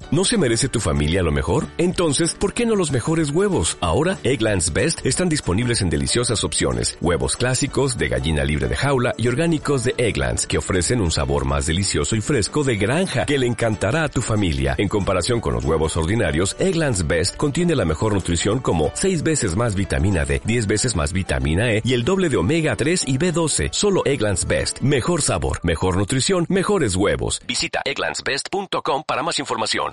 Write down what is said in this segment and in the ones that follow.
¿No se merece tu familia lo mejor? Entonces, ¿por qué no los mejores huevos? Ahora, Eggland's Best están disponibles en deliciosas opciones. Huevos clásicos, de gallina libre de jaula y orgánicos de Eggland's, que ofrecen un sabor más delicioso y fresco de granja que le encantará a tu familia. En comparación con los huevos ordinarios, Eggland's Best contiene la mejor nutrición como 6 veces más vitamina D, 10 veces más vitamina E y el doble de omega 3 y B12. Solo Eggland's Best. Mejor sabor, mejor nutrición, mejores huevos. Visita egglandsbest.com para más información.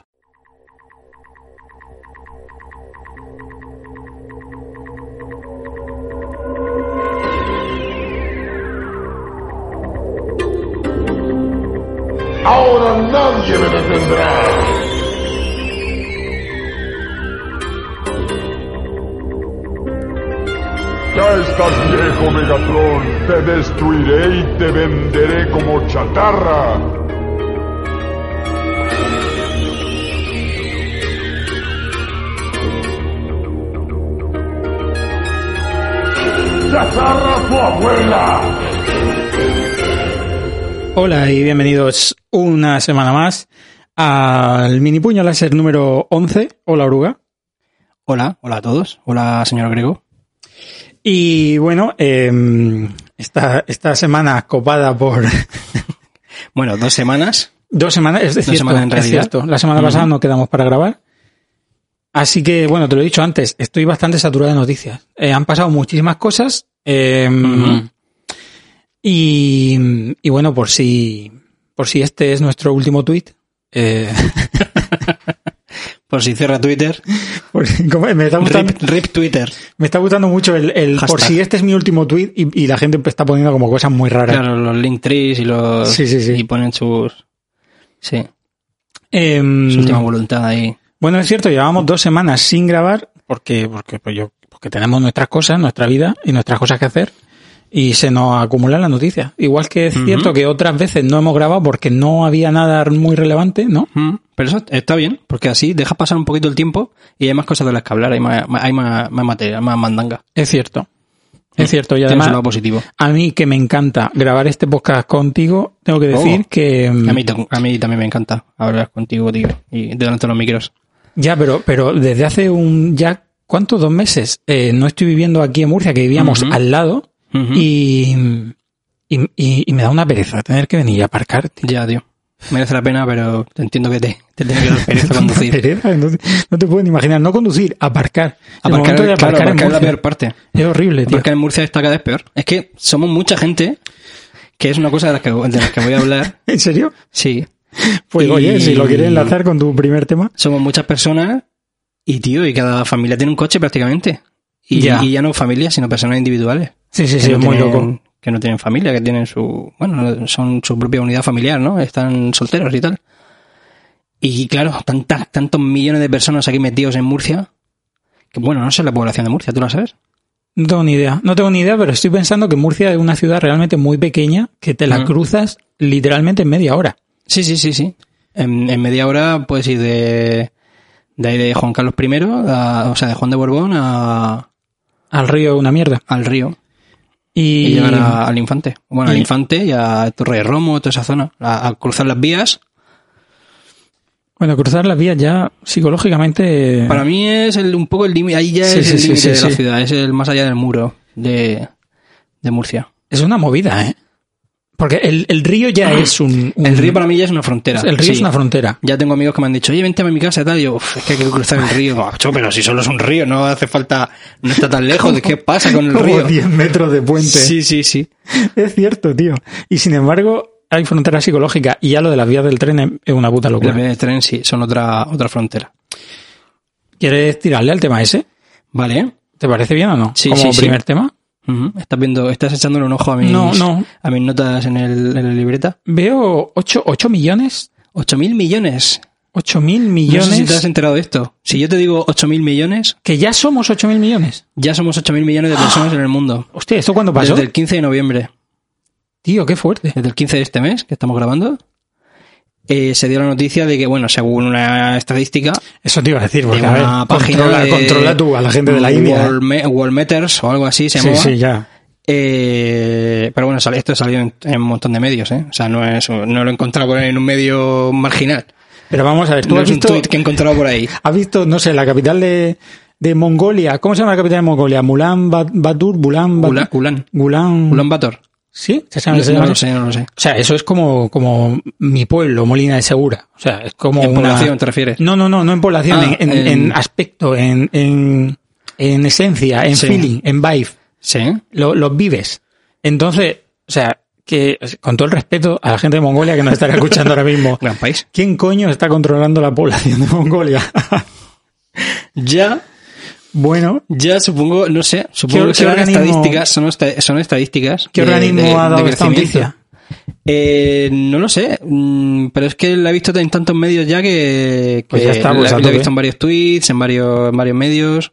Ahora nadie me detendrá. Ya estás viejo, Megatron. Te destruiré y te venderé como chatarra. ¡Chatarra tu abuela! Hola y bienvenidos una semana más al Mini Puño Láser número 11. Hola, Oruga. Hola a todos. Hola, señor Grego. Y bueno, esta semana copada por... Bueno, 2 semanas. 2 semanas, es decir, en realidad. Es cierto. La semana pasada no quedamos para grabar. Así que, bueno, te lo he dicho antes, estoy bastante saturado de noticias. Han pasado muchísimas cosas. Y bueno, por si este es nuestro último tuit. Por si cierra Twitter. Me está gustando, rip Twitter. Me está gustando mucho el por si este es mi último tuit y la gente está poniendo como cosas muy raras. Claro, los link trees y los... Sí. Y ponen sus... Sí. Su última voluntad ahí. Bueno, es cierto, llevábamos 2 semanas sin grabar porque tenemos nuestras cosas, nuestra vida y nuestras cosas que hacer. Y se nos acumulan las noticias. Igual que es cierto que otras veces no hemos grabado porque no había nada muy relevante, ¿no? Pero eso está bien, porque así deja pasar un poquito el tiempo y hay más cosas de las que hablar, hay más material, más mandanga. Es cierto. Es cierto. Y además, lado positivo. A mí que me encanta grabar este podcast contigo, tengo que decir que... A mí también me encanta hablar contigo, tío, y delante de los micros. Ya, pero desde hace ¿cuánto? 2 meses. No estoy viviendo aquí en Murcia, que vivíamos al lado. Y me da una pereza tener que venir a aparcar, tío. Ya, tío. Merece la pena, pero entiendo que te tiene que dar pereza conducir. Pereza, no te puedes imaginar. No conducir, aparcar. Aparcar es la peor parte. Es horrible, tío. Aparcar en Murcia está cada vez peor. Es que somos mucha gente, que es una cosa de las que voy a hablar. ¿En serio? Sí. Pues oye, si lo quieres enlazar con tu primer tema. Somos muchas personas y, tío, y cada familia tiene un coche prácticamente. Y ya no familias, sino personas individuales. Sí, es muy loco. Que no tienen familia, que tienen son su propia unidad familiar, ¿no? Están solteros y tal. Y claro, tantos millones de personas aquí metidos en Murcia, que bueno, no sé la población de Murcia, ¿tú la sabes? No tengo ni idea, pero estoy pensando que Murcia es una ciudad realmente muy pequeña, que te la cruzas literalmente en media hora. Sí. En media hora puedes ir de ahí de Juan Carlos I, de Juan de Borbón al río, una mierda. Al río. Y llegar al Infante. Bueno, al Infante y a Torre de Romo, toda esa zona. A cruzar las vías. Bueno, cruzar las vías ya psicológicamente... Para mí es un poco el límite. Ahí ya es el límite de la ciudad. Es el más allá del muro de Murcia. Es una movida, ¿eh? Porque el río ya es El río para mí ya es una frontera. El río es una frontera. Ya tengo amigos que me han dicho, oye, vente a mi casa y tal. Y yo, es que hay que cruzar el río. Pero si solo es un río, no hace falta... No está tan lejos. ¿Qué pasa con el río? Como 10 metros de puente. Sí. Es cierto, tío. Y sin embargo, hay frontera psicológica. Y ya lo de las vías del tren es una puta locura. Las vías del tren sí, son otra frontera. ¿Quieres tirarle al tema ese? Vale. ¿Te parece bien o no? Sí, como primer tema. Estás echándole un ojo a mis notas en la libreta. Veo 8 millones. 8.000 millones. 8.000 millones. No sé si te has enterado de esto. Si yo te digo 8.000 millones... ¿Que ya somos 8.000 millones? Ya somos 8.000 millones de personas en el mundo. Hostia, ¿esto cuándo pasó? Desde el 15 de noviembre. Tío, qué fuerte. Desde el 15 de este mes, que estamos grabando, se dio la noticia de que, bueno, según una estadística... Eso te iba a decir, porque de una página controla tú a la gente de la India. Worldmeters o algo así se llamaba. Sí, ya. Pero bueno, esto salió en un montón de medios, ¿eh? O sea, no lo he encontrado por ahí en un medio marginal. Pero vamos a ver, tú No has es un visto... tuit que he encontrado por ahí. ¿Has visto, no sé, la capital de Mongolia? ¿Cómo se llama la capital de Mongolia? Ulan Bator. ¿Sí? No lo sé. O sea, eso es como mi pueblo, Molina de Segura. O sea, es como ¿En población te refieres? No en población, en aspecto, en esencia, en feeling, en vibe. Sí. Los vives. Entonces, o sea, que con todo el respeto a la gente de Mongolia que nos estará escuchando ahora mismo. Gran país. ¿Quién coño está controlando la población de Mongolia? Bueno, ya supongo, no sé, supongo que serán estadísticas, son estadísticas. ¿Qué organismo ha dado esta noticia? No lo sé, pero es que la he visto en tantos medios ya que pues ya está, pues la he visto en varios tweets, en varios medios,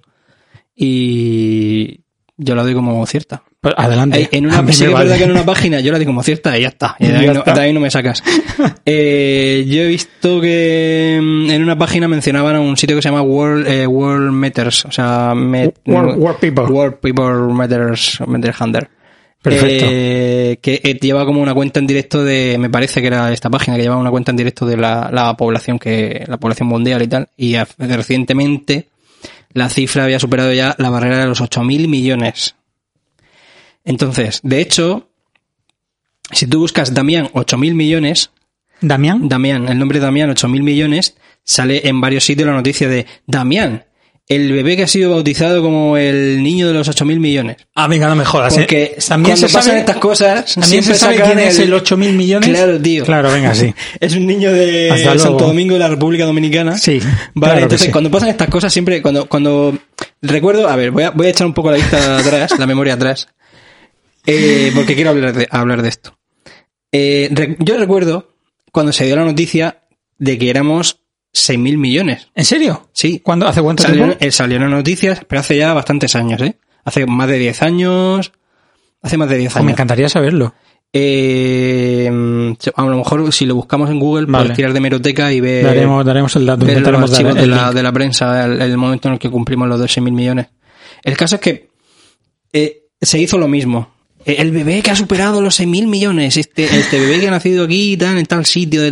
y yo la doy como cierta. Pues adelante. Sí que es verdad que en una página yo la doy como cierta y ya está. Y de ahí no me sacas. Yo he visto que en una página mencionaban un sitio que se llama World Matters, o sea, World People Matters Hunter. Perfecto. Que lleva como una cuenta en directo me parece que era esta página que llevaba una cuenta en directo de la población mundial y tal. Y recientemente la cifra había superado ya la barrera de los 8.000 millones. Entonces, de hecho, si tú buscas Damián 8.000 millones... ¿Damián? Damián, el nombre Damián 8.000 millones, sale en varios sitios la noticia de Damián, el bebé que ha sido bautizado como el niño de los 8.000 millones. Ah, venga, no me jodas. Porque también cuando pasan estas cosas... ¿También se sabe quién es el 8.000 millones? Claro, tío. Claro, venga, sí. Es un niño de Santo Domingo de la República Dominicana. Sí. Vale, claro entonces sí. Cuando pasan estas cosas siempre... Cuando recuerdo... A ver, voy a echar un poco la vista atrás, la memoria atrás. Porque quiero hablar de esto. Yo recuerdo cuando se dio la noticia de que éramos 6.000 millones. ¿En serio? Sí. ¿Hace cuánto tiempo? Salieron noticias, pero hace ya bastantes años, ¿eh? Hace más de 10 años. Hace más de 10 años. Me encantaría saberlo. A lo mejor si lo buscamos en Google, vale, puedes tirar de hemeroteca y ver... Daremos el dato. Ver los archivos de la prensa, el momento en el que cumplimos los 6.000 millones. El caso es que se hizo lo mismo. El bebé que ha superado los 6.000 millones, este bebé que ha nacido aquí en tal sitio,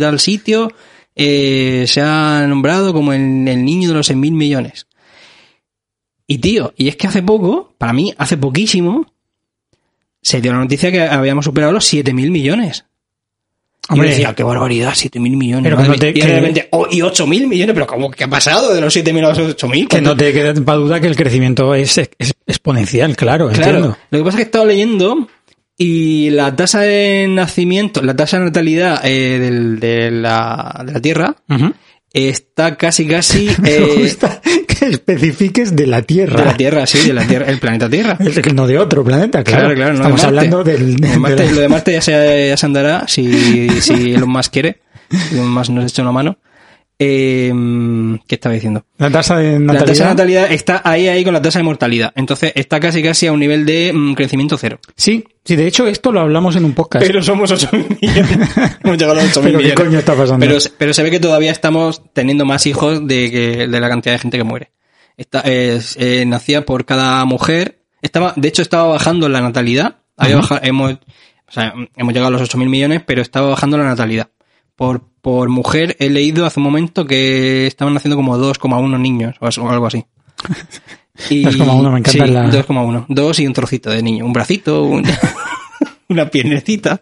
se ha nombrado como el niño de los 6.000 millones. Y tío, y es que hace poco, para mí, hace poquísimo, se dio la noticia que habíamos superado los 7.000 millones. Hombre, y yo decía, qué barbaridad, 7.000 millones. Pero y de repente, y 8.000 millones, pero ¿cómo que ha pasado de los 7.000 a los 8.000? Que no te quede para duda que el crecimiento es exponencial, claro, entiendo. Lo que pasa es que he estado leyendo y la tasa de nacimiento, la tasa de natalidad de la Tierra, está casi Me gusta que especifiques de la Tierra. De la Tierra, sí, de la Tierra, el planeta Tierra. No de otro planeta, claro. No estamos hablando del... Lo de Marte ya se andará si Elon Musk quiere. Elon Musk nos echa una mano. ¿Qué estaba diciendo? La tasa de natalidad. La tasa de natalidad está ahí con la tasa de mortalidad. Entonces está casi a un nivel de crecimiento cero. Sí, de hecho esto lo hablamos en un podcast. Pero somos 8.000 millones. Hemos llegado a los 8.000 millones. ¿Qué coño está pasando? Pero se ve que todavía estamos teniendo más hijos de la cantidad de gente que muere. Nacía por cada mujer. De hecho estaba bajando la natalidad. Hemos llegado a los 8.000 millones, pero estaba bajando la natalidad. Por mujer he leído hace un momento que estaban naciendo como 2,1 niños o algo así. 2,1, me encanta. Sí, 2,1. 2 y un trocito de niño. Un bracito, una piernecita.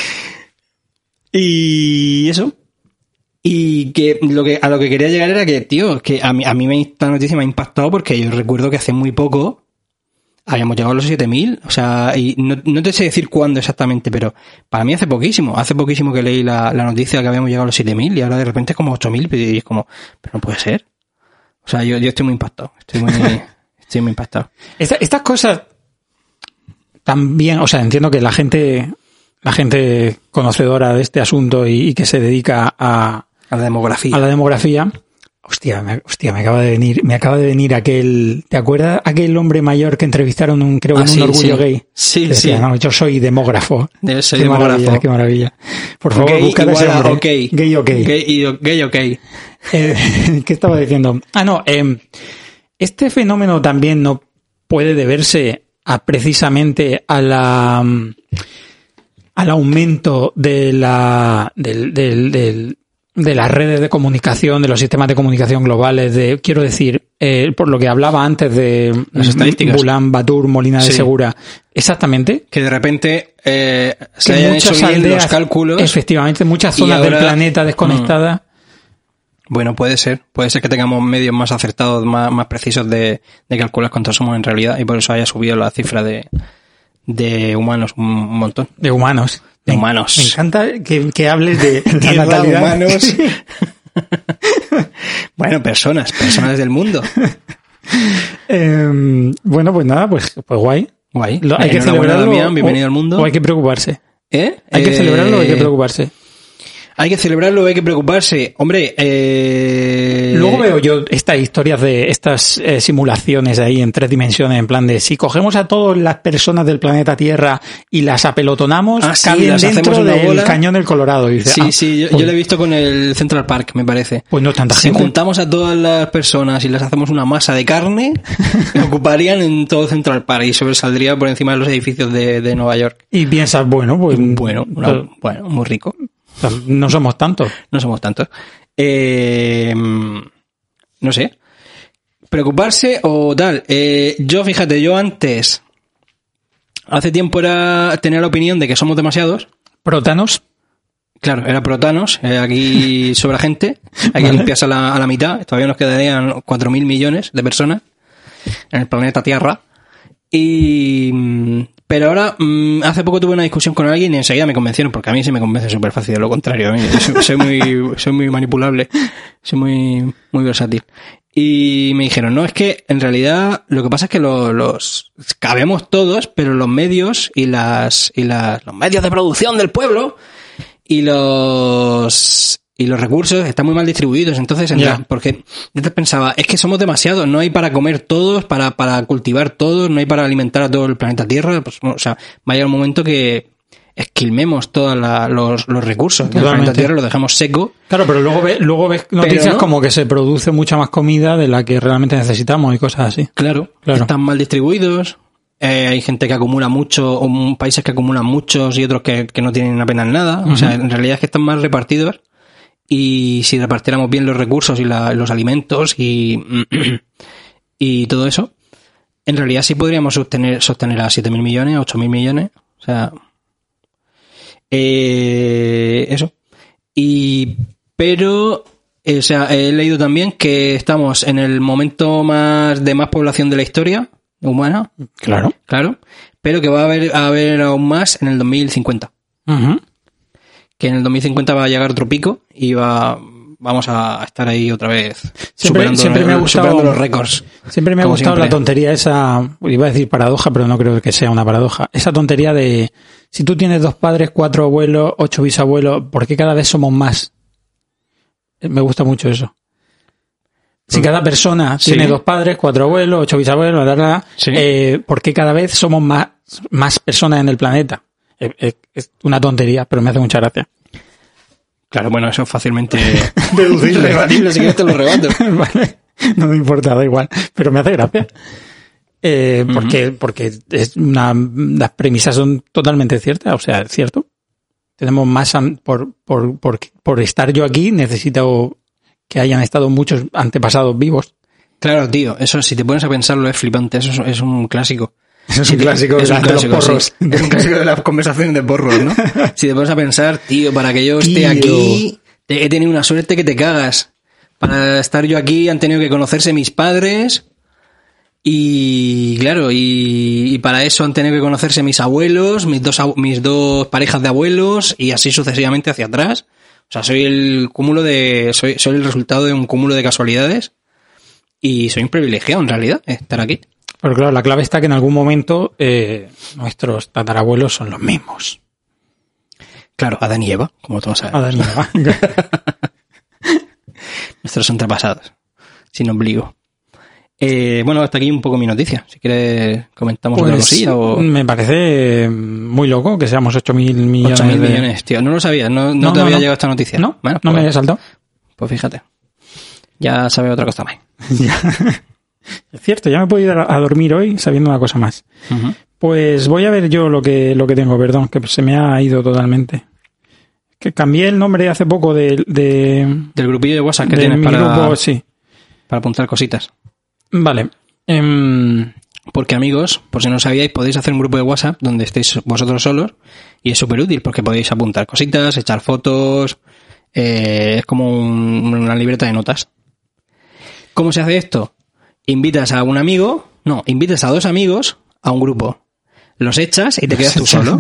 Y eso. Y que a lo que quería llegar era que, tío, que a mí esta noticia me ha impactado porque yo recuerdo que hace muy poco habíamos llegado a los 7.000, o sea, y no te sé decir cuándo exactamente, pero para mí hace poquísimo que leí la noticia que habíamos llegado a los 7.000 y ahora de repente es como 8.000 y es como, pero no puede ser. O sea, yo estoy muy impactado, estoy muy impactado. Estas cosas también, o sea, entiendo que la gente conocedora de este asunto y que se dedica a la demografía. Hostia, me acaba de venir aquel, ¿te acuerdas? Aquel hombre mayor que entrevistaron un Orgullo Gay. Sí, decía, sí. No, yo soy demógrafo. Soy demógrafo. Qué maravilla. Por favor, buscad ese hombre. Okay. Gay ok. Gay ok. ¿Qué estaba diciendo? Este fenómeno también no puede deberse precisamente al aumento del de las redes de comunicación, de los sistemas de comunicación globales, quiero decir, por lo que hablaba antes de las estadísticas. Ulan Bator, Molina de Segura, exactamente. Que de repente se hayan hecho bien los cálculos. Efectivamente, muchas zonas del planeta desconectadas. Bueno, puede ser que tengamos medios más acertados, más precisos de calcular cuántos somos en realidad, y por eso haya subido la cifra de humanos un montón. De humanos. De humanos. Me encanta que hables de la natalidad. Humanos. Bueno, personas del mundo. Bueno, pues nada, pues guay. Guay. Hay que celebrarlo. Damián, bienvenido al mundo. O hay que preocuparse. Hay que celebrarlo o hay que preocuparse. Hay que celebrarlo o hay que preocuparse. Hombre, luego veo yo estas historias de estas simulaciones ahí en 3 dimensiones, en plan de si cogemos a todas las personas del planeta Tierra y las apelotonamos, caben dentro del cañón del Colorado. Y dice, sí, yo lo he visto con el Central Park, me parece. Pues no es tanta gente. Si juntamos a todas las personas y les hacemos una masa de carne, ocuparían en todo Central Park y sobresaldría por encima de los edificios de Nueva York. Y piensas, bueno, pues... Bueno, muy rico. No somos tantos. No somos tantos. No sé. Preocuparse o tal. Yo antes, hace tiempo tenía la opinión de que somos demasiados. ¿Protanos? Claro, era protanos. Aquí sobra gente. Hay que limpiarse a la mitad. Todavía nos quedarían 4.000 millones de personas en el planeta Tierra. Pero ahora, hace poco tuve una discusión con alguien y enseguida me convencieron, porque a mí se me convence súper fácil, de lo contrario. A mí, soy muy manipulable, soy muy versátil. Y me dijeron, no, es que en realidad lo que pasa es que los cabemos todos, pero los medios y los medios de producción del pueblo y los recursos están muy mal distribuidos. Entonces, porque yo pensaba, es que somos demasiados, no hay para comer todos, para cultivar todos, no hay para alimentar a todo el planeta Tierra. Pues, o sea, va a llegar un momento que esquilmemos todos los recursos del planeta Tierra, lo dejamos seco. Claro, pero luego ves noticias como que se produce mucha más comida de la que realmente necesitamos y cosas así. Claro. Están mal distribuidos. Hay gente que acumula mucho, o países que acumulan muchos y otros que no tienen apenas nada. O sea, en realidad es que están mal repartidos. Y si repartiéramos bien los recursos y los alimentos y todo eso, en realidad sí podríamos sostener a 7.000 millones, 8.000 millones. O sea, eso. Pero he leído también que estamos en el momento de más población de la historia humana. Claro. Pero que va a haber aún más en el 2050. Que en el 2050 va a llegar otro pico y vamos a estar ahí otra vez siempre me ha gustado, superando los récords. Siempre me ha gustado la tontería esa, iba a decir paradoja, pero no creo que sea una paradoja. Esa tontería de si tú tienes 2 padres, 4 abuelos, 8 bisabuelos, ¿por qué cada vez somos más? Me gusta mucho eso. Si cada persona tiene 2 padres, 4 abuelos, 8 bisabuelos, ¿por qué cada vez somos más personas en el planeta? Es una tontería, pero me hace mucha gracia. Claro, bueno, eso es fácilmente deducible, rebatible, si quieres te lo rebato. Vale, no me importa, da igual, pero me hace gracia. Porque las premisas son totalmente ciertas, o sea, es cierto. Tenemos más, por estar yo aquí, necesito que hayan estado muchos antepasados vivos. Claro, tío, eso si te pones a pensarlo es flipante, eso es un clásico. Eso es un clásico de los porros. Sí. Es un clásico de las conversaciones de porros, ¿no? Si te pones a pensar, tío, para que yo esté aquí, he tenido una suerte que te cagas. Para estar yo aquí han tenido que conocerse mis padres y, claro, y para eso han tenido que conocerse mis abuelos, mis dos parejas de abuelos y así sucesivamente hacia atrás. O sea, soy el resultado de un cúmulo de casualidades y soy un privilegiado en realidad estar aquí. Pero claro, la clave está que en algún momento nuestros tatarabuelos son los mismos. Claro, Adán y Eva, como todos sabemos. Adán y Eva. Nuestros antepasados, sin ombligo. Bueno, hasta aquí un poco mi noticia. Si quieres comentamos otra cosilla. Me parece muy loco que seamos 8.000 millones. 8.000 millones, tío. No lo sabía, no te había llegado esta noticia. No, bueno, no me había saltado. Pues fíjate. Ya sabe otra cosa más. Es cierto, ya me puedo ir a dormir hoy sabiendo una cosa más. Pues voy a ver yo lo que tengo, perdón, que se me ha ido totalmente. Que cambié el nombre hace poco del grupillo de WhatsApp que de tienes mi grupo, sí. para apuntar cositas. Vale. Porque amigos, por si no sabíais, podéis hacer un grupo de WhatsApp donde estéis vosotros solos y es súper útil porque podéis apuntar cositas, echar fotos, es como una libreta de notas. ¿Cómo se hace esto? Invitas a dos amigos a un grupo. Los echas y te quedas tú solo.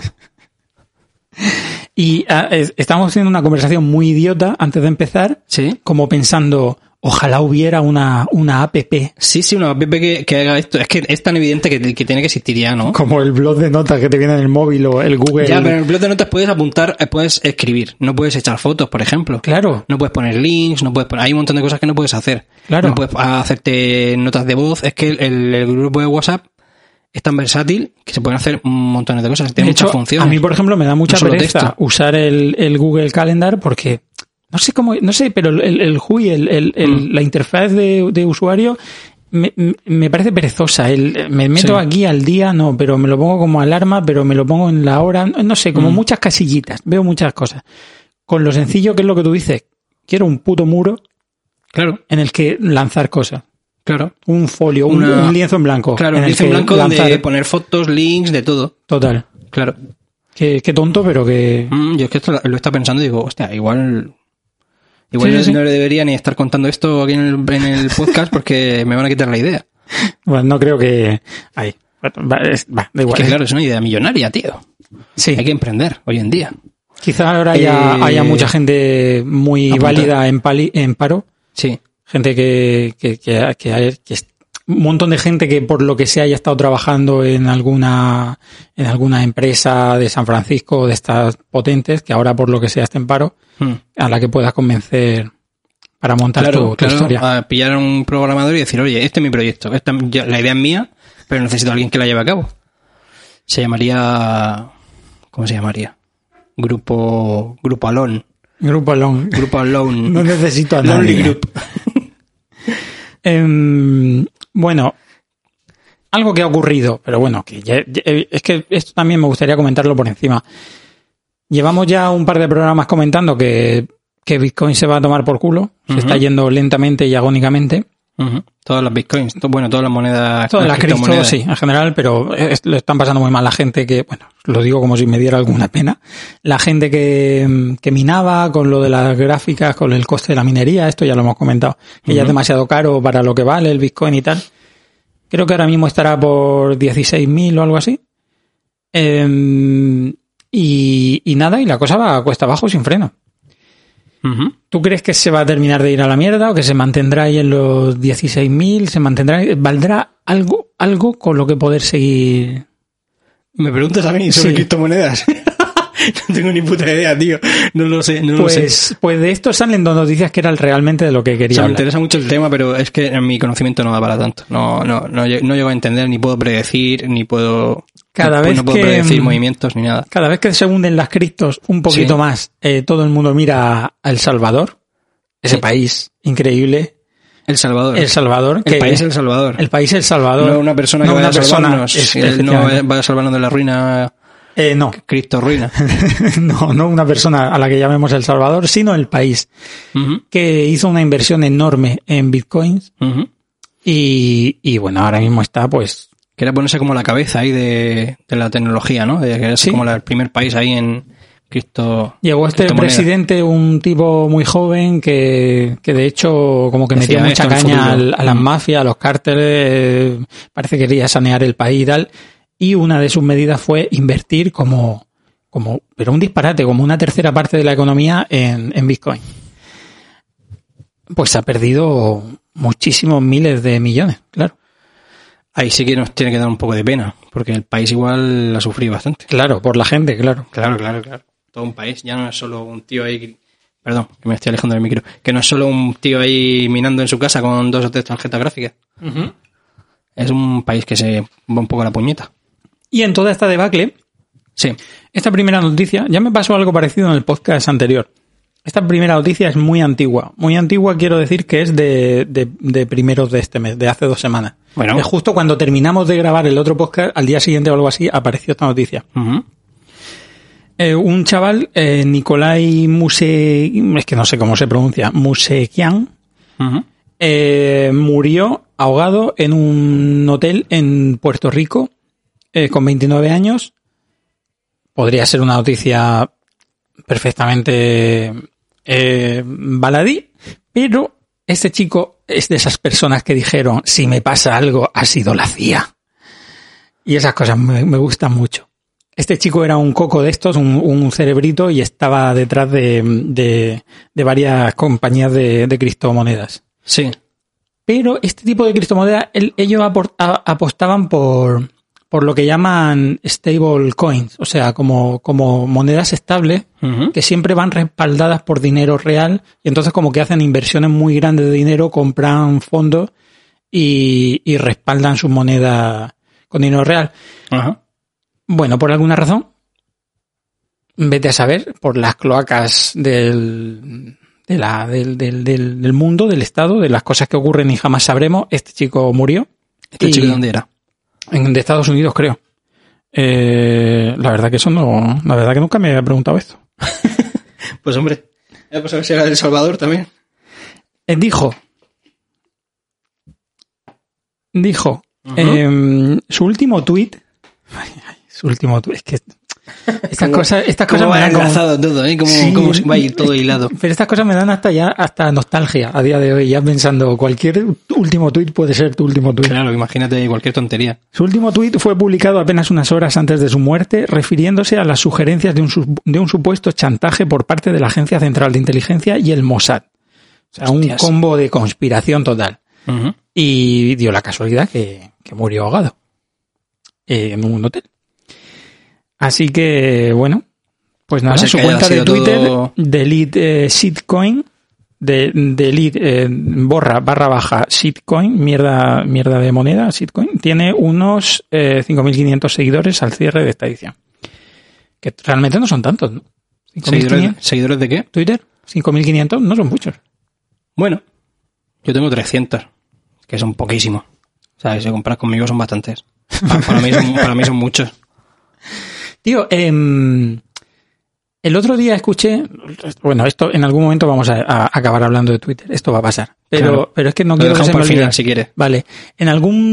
Y estamos haciendo una conversación muy idiota antes de empezar, ¿Sí? como pensando, ojalá hubiera una app. Sí, una app que haga esto. Es que es tan evidente que tiene que existir ya, ¿no? Como el blog de notas que te viene en el móvil o el Google. Ya, pero en el blog de notas puedes apuntar, puedes escribir, no puedes echar fotos, por ejemplo. Claro. No puedes poner links, hay un montón de cosas que no puedes hacer. Claro. No puedes hacerte notas de voz. Es que el grupo de WhatsApp es tan versátil que se pueden hacer un montón de cosas. Tiene muchas funciones. A mí, por ejemplo, me da mucha pereza texto. usar el Google Calendar porque no sé, pero el GUI, la interfaz de usuario me parece perezosa. Me meto aquí al día, no, pero me lo pongo como alarma, pero me lo pongo en la hora, no sé, como muchas casillitas. Veo muchas cosas. Con lo sencillo que es lo que tú dices, quiero un puto muro, claro, en el que lanzar cosas. Claro. Un folio, un lienzo en blanco. Claro, un lienzo en blanco donde poner fotos, links, de todo. Total. Claro. Qué tonto, pero que... Yo es que esto lo estaba pensando y digo, hostia, igual sí. No le debería ni estar contando esto aquí en el podcast porque me van a quitar la idea. Bueno, no creo que... Ahí. Da igual. Es que claro, es una idea millonaria, tío. Sí. Hay que emprender hoy en día. Quizá ahora haya mucha gente muy válida en paro. Sí. Gente que un montón de gente que por lo que sea haya estado trabajando en alguna empresa de San Francisco, de estas potentes, que ahora por lo que sea está en paro, a la que puedas convencer para montar tu historia. A pillar a un programador y decir, oye, este es mi proyecto, la idea es mía, pero necesito a alguien que la lleve a cabo. Se llamaría... ¿Cómo se llamaría? Grupo Alone. Grupo Alone. No necesito a nadie. Lonely Group. Bueno, algo que ha ocurrido, pero bueno, es que esto también me gustaría comentarlo por encima. Llevamos ya un par de programas comentando que Bitcoin se va a tomar por culo, se está yendo lentamente y agónicamente. Todas las Bitcoins, todas las monedas. Todas las cripto, sí, en general, pero le están pasando muy mal la gente que, bueno, lo digo como si me diera alguna pena, la gente que minaba con lo de las gráficas, con el coste de la minería, esto ya lo hemos comentado, que ya es demasiado caro para lo que vale el Bitcoin y tal. Creo que ahora mismo estará por 16.000 o algo así. Y nada, y la cosa va a cuesta abajo sin freno. ¿Tú crees que se va a terminar de ir a la mierda o que se mantendrá ahí en los 16.000? ¿Se mantendrá? ¿Valdrá algo con lo que poder seguir? ¿Me preguntas a mí sobre criptomonedas? No tengo ni puta idea, tío. No lo sé. Pues de esto salen dos noticias que eran realmente de lo que quería hablar. Me interesa mucho el tema, pero es que mi conocimiento no da para tanto. No llego a entender, ni puedo predecir, ni puedo... no puedo predecir movimientos ni nada. Cada vez que se hunden las criptos un poquito más, todo el mundo mira a El Salvador, ese país increíble. El Salvador. El país El Salvador. El país El Salvador. No una persona que vaya a salvarnos. Él no va a salvarnos de la ruina. No. Cristo ruina. No una persona a la que llamemos El Salvador, sino el país que hizo una inversión enorme en bitcoins y bueno, ahora mismo está pues... Quería ponerse como la cabeza ahí de la tecnología, ¿no? De que era como el primer país ahí en cripto. Llegó este presidente, un tipo muy joven que de hecho como que metió mucha caña a las mafias, a los cárteles, parece que quería sanear el país y tal. Y una de sus medidas fue invertir pero un disparate, como una tercera parte de la economía en Bitcoin. Pues ha perdido muchísimos miles de millones, claro. Ahí sí que nos tiene que dar un poco de pena, porque el país igual ha sufrido bastante. Claro, por la gente, claro. Claro. Todo un país, ya no es solo un tío ahí... Perdón, que me estoy alejando del micro. Que no es solo un tío ahí minando en su casa con 2 o 3 tarjetas gráficas. Es un país que se va un poco a la puñeta. Y en toda esta debacle, esta primera noticia, ya me pasó algo parecido en el podcast anterior. Esta primera noticia es muy antigua. Muy antigua quiero decir que es de primeros de este mes, de hace 2 semanas. Bueno. Es justo cuando terminamos de grabar el otro podcast, al día siguiente o algo así, apareció esta noticia. Un chaval, Nikolai es que no sé cómo se pronuncia, Musekian, murió ahogado en un hotel en Puerto Rico con 29 años. Podría ser una noticia perfectamente baladí, pero este chico es de esas personas que dijeron, si me pasa algo, ha sido la CIA. Y esas cosas me gustan mucho. Este chico era un coco de estos, un cerebrito, y estaba detrás de varias compañías de criptomonedas. Sí. Pero este tipo de criptomonedas, ellos apostaban por lo que llaman stable coins, o sea, como monedas estables que siempre van respaldadas por dinero real, y entonces como que hacen inversiones muy grandes de dinero, compran fondos y respaldan sus monedas con dinero real. Ajá. Bueno, por alguna razón, vete a saber, por las cloacas del mundo, del Estado, de las cosas que ocurren y jamás sabremos, este chico murió. ¿Este chico dónde era? De Estados Unidos, creo. La verdad que eso no... La verdad que nunca me había preguntado esto. Pues hombre, pues a ver si era de El Salvador también. Dijo, su último tuit... es que estas cosas me dan enlazado todo, ¿eh? Como va a ir todo hilado. Pero estas cosas me dan hasta nostalgia a día de hoy, ya pensando, cualquier último tuit puede ser tu último tuit. Claro, imagínate cualquier tontería. Su último tuit fue publicado apenas unas horas antes de su muerte, refiriéndose a las sugerencias de un supuesto chantaje por parte de la Agencia Central de Inteligencia y el Mossad. O sea, un combo de conspiración total. Y dio la casualidad que murió ahogado en un hotel. Así que, bueno, pues nada, su cuenta de Twitter, delete shitcoin, delete / shitcoin, mierda de moneda, shitcoin, tiene unos 5.500 seguidores al cierre de esta edición. Que realmente no son tantos, ¿no? ¿Seguidores de qué? Twitter, 5.500 no son muchos. Bueno, yo tengo 300, que son poquísimos. O sea, si comparas conmigo son bastantes. Para mí son muchos. Tío, el otro día escuché, bueno, esto en algún momento vamos a acabar hablando de Twitter, esto va a pasar, pero es que no quiero que se me olvide. Final, si quieres. Vale, en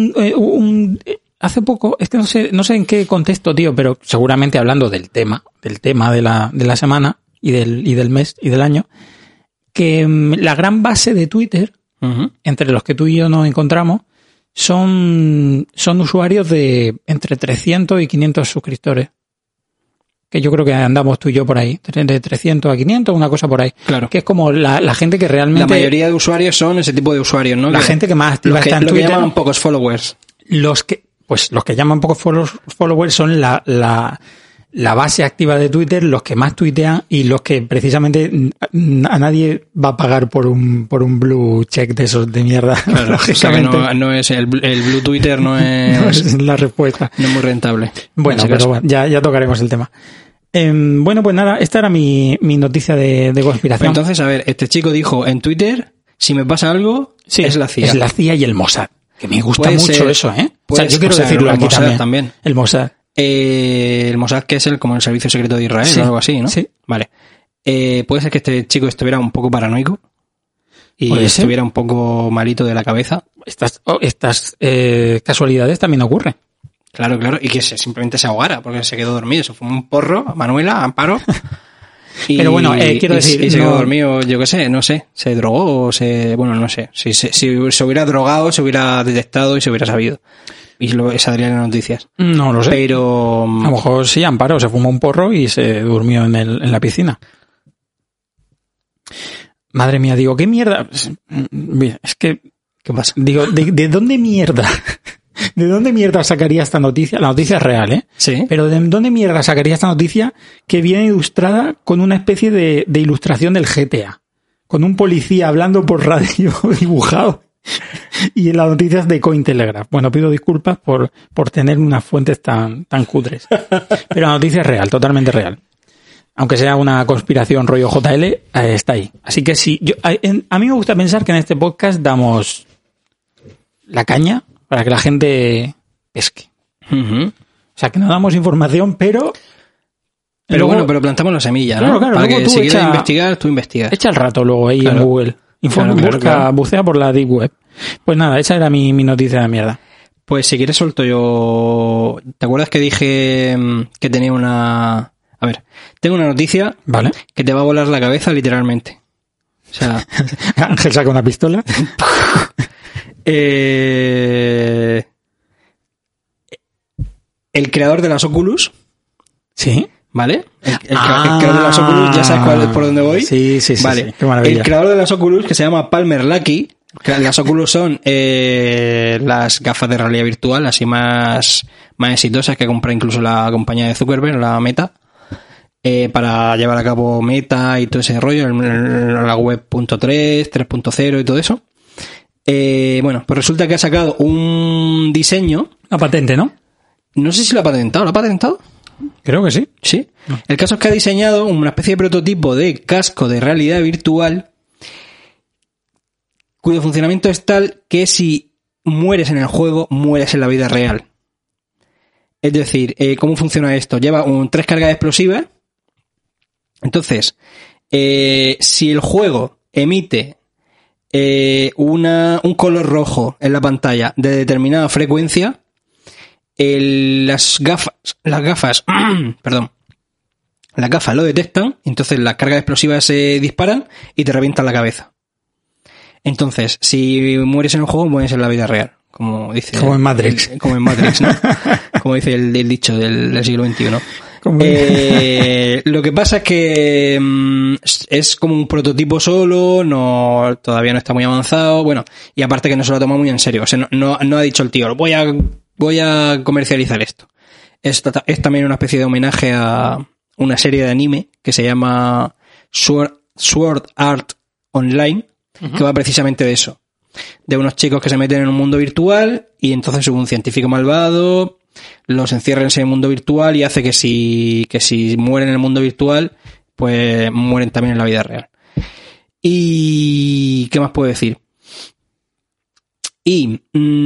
hace poco, no sé en qué contexto, tío, pero seguramente hablando del tema de la semana y del mes y del año, que la gran base de Twitter, entre los que tú y yo nos encontramos, son usuarios de entre 300 y 500 suscriptores. Que yo creo que andamos tú y yo por ahí, de 300 a 500, una cosa por ahí. Claro. Que es como la gente que realmente... La mayoría de usuarios son ese tipo de usuarios, ¿no? La gente que más activa está en Twitter. Lo que llaman pocos followers. Los que llaman pocos followers son la base activa de Twitter, los que más tuitean y los que precisamente a nadie va a pagar por un blue check de esos de mierda. Claro, lógicamente. O sea que no es el blue Twitter no es la respuesta. No es muy rentable. Bueno, pero bueno, ya tocaremos el tema. Bueno, pues nada, esta era mi noticia de conspiración. Entonces, a ver, este chico dijo en Twitter, si me pasa algo, sí, es la CIA. Es la CIA y el Mossad. Que me gusta mucho eso, ¿eh? O sea, yo quiero decirlo aquí también. El Mossad. El Mossad, que es como el Servicio Secreto de Israel, o algo así, ¿no? Sí. Vale. ¿Puede ser que este chico estuviera un poco paranoico? Y estuviera un poco malito de la cabeza. Estas casualidades también ocurren. Claro, y que simplemente se ahogara porque se quedó dormido. Se fumó un porro, Manuela, Amparo. Pero bueno, quiero decir... Y se quedó dormido, yo qué sé, no sé. Se drogó o bueno, no sé. Si se hubiera drogado, se hubiera detectado y se hubiera sabido. Y saldrían en las noticias. No lo sé. Pero... A lo mejor sí, Amparo se fumó un porro y se durmió en la piscina. Madre mía, digo, ¿qué mierda? Es que... ¿Qué pasa? Digo, ¿de dónde mierda? ¿De dónde mierda sacaría esta noticia? La noticia es real, ¿eh? Sí. Pero ¿de dónde mierda sacaría esta noticia que viene ilustrada con una especie de ilustración del GTA? Con un policía hablando por radio dibujado. Y en las noticias de Cointelegraph. Bueno, pido disculpas por tener unas fuentes tan cutres. Pero la noticia es real, totalmente real. Aunque sea una conspiración rollo JL, está ahí. Así que sí, a mí me gusta pensar que en este podcast damos la caña para que la gente pesque. O sea, que no damos información, pero Pero luego, pero plantamos la semilla, ¿no? Claro, para que si quieres investigar, tú investigas. Echa el rato luego ahí en Google. Bucea por la Deep Web. Pues nada, esa era mi noticia de mierda. Pues si quieres suelto yo... ¿Te acuerdas que dije que tenía una... A ver, tengo una noticia que te va a volar la cabeza literalmente. O sea... Ángel saca una pistola. El creador de las Oculus. Sí. ¿Vale? El creador de las Oculus, ¿ya sabes por dónde voy? Sí. Vale. Qué maravilla. El creador de las Oculus, que se llama Palmer Luckey. Las Oculus son las gafas de realidad virtual, así más exitosas que compra incluso la compañía de Zuckerberg, la Meta, para llevar a cabo Meta y todo ese rollo, la web 3.0 y todo eso. Bueno, pues resulta que ha sacado un diseño. La patente, ¿no? No sé si lo ha patentado. ¿Lo ha patentado? Creo que sí. Sí. No. El caso es que ha diseñado una especie de prototipo de casco de realidad virtual cuyo funcionamiento es tal que si mueres en el juego, mueres en la vida real. Es decir, ¿cómo funciona esto? Lleva 3 cargas explosivas. Entonces, si el juego emite un color rojo en la pantalla de determinada frecuencia, las gafas lo detectan, entonces las cargas explosivas se disparan y te revientan la cabeza. Entonces, si mueres en el juego, mueres en la vida real, como dice... Como en Matrix. Como en Matrix, ¿no? Como dice el dicho del siglo XXI. Lo que pasa es que es como un prototipo solo, todavía no está muy avanzado, bueno, y aparte que no se lo toma muy en serio. O sea, no ha dicho el tío, voy a comercializar esto. Es también una especie de homenaje a una serie de anime que se llama Sword Art Online, que va precisamente de eso. De unos chicos que se meten en un mundo virtual y entonces un científico malvado los encierra en ese mundo virtual y hace que si mueren en el mundo virtual, pues mueren también en la vida real. ¿Y qué más puedo decir? Y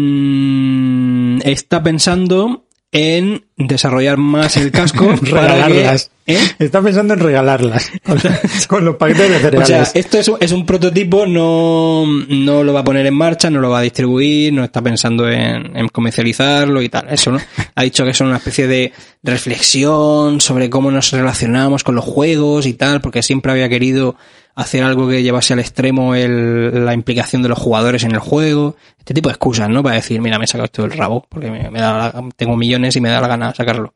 está pensando en desarrollar más el casco. Regalarlas. Está pensando en regalarlas con los paquetes de cereales. O sea, esto es un prototipo, no lo va a poner en marcha, no lo va a distribuir, no está pensando en comercializarlo y tal. Eso, ¿no? Ha dicho que es una especie de reflexión sobre cómo nos relacionamos con los juegos y tal, porque siempre había querido hacer algo que llevase al extremo la implicación de los jugadores en el juego. Este tipo de excusas, ¿no? Para decir, mira, me he sacado esto del rabo, porque tengo millones y me da la gana sacarlo.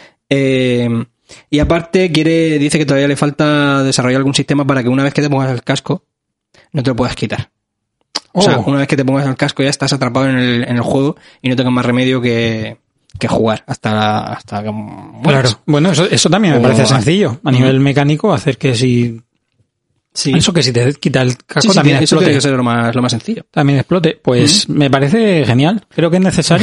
Y aparte dice que todavía le falta desarrollar algún sistema para que una vez que te pongas el casco, no te lo puedas quitar. O sea, una vez que te pongas el casco ya estás atrapado en el juego y no tengas más remedio que jugar hasta que mueras. Claro. Bueno, eso también me parece sencillo. A nivel mecánico, hacer que si... Sí. Eso que si te quita el casco también explote. Eso tiene que ser lo más sencillo. También explote. Pues me parece genial. Creo que es necesario.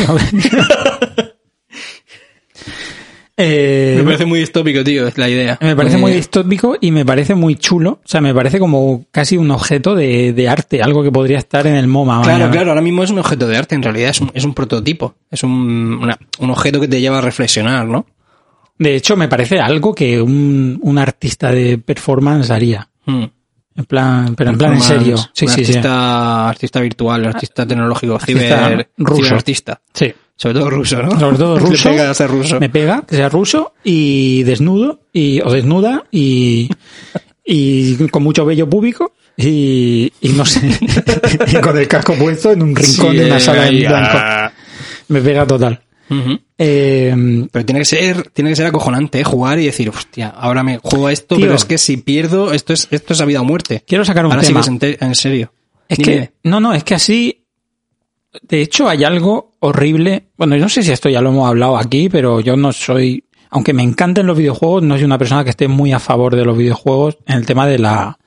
Me parece muy distópico, tío, es la idea. Me parece muy distópico y me parece muy chulo. O sea, me parece como casi un objeto de arte, algo que podría estar en el MoMA. Claro, ahora mismo es un objeto de arte, en realidad es un prototipo. Es un objeto que te lleva a reflexionar, ¿no? De hecho, me parece algo que un artista de performance haría. En plan serio. Sí, artista virtual, artista tecnológico, ciberartista. Sí. Sobre todo ruso, ¿no? Sobre todo ruso. Me pega ser ruso. Me pega que sea ruso y desnudo o desnuda y con mucho vello púbico y no sé, y con el casco puesto en un rincón de una sala en blanco. Me pega total. Pero tiene que ser acojonante, jugar y decir, hostia, ahora me juego esto, tío, pero es que si pierdo, esto es a vida o muerte. Quiero sacar un ahora tema. Sí que es en serio. Es que, es que así, de hecho hay algo horrible. Bueno, yo no sé si esto ya lo hemos hablado aquí, pero yo no soy, aunque me encanten los videojuegos, no soy una persona que esté muy a favor de los videojuegos en el tema de la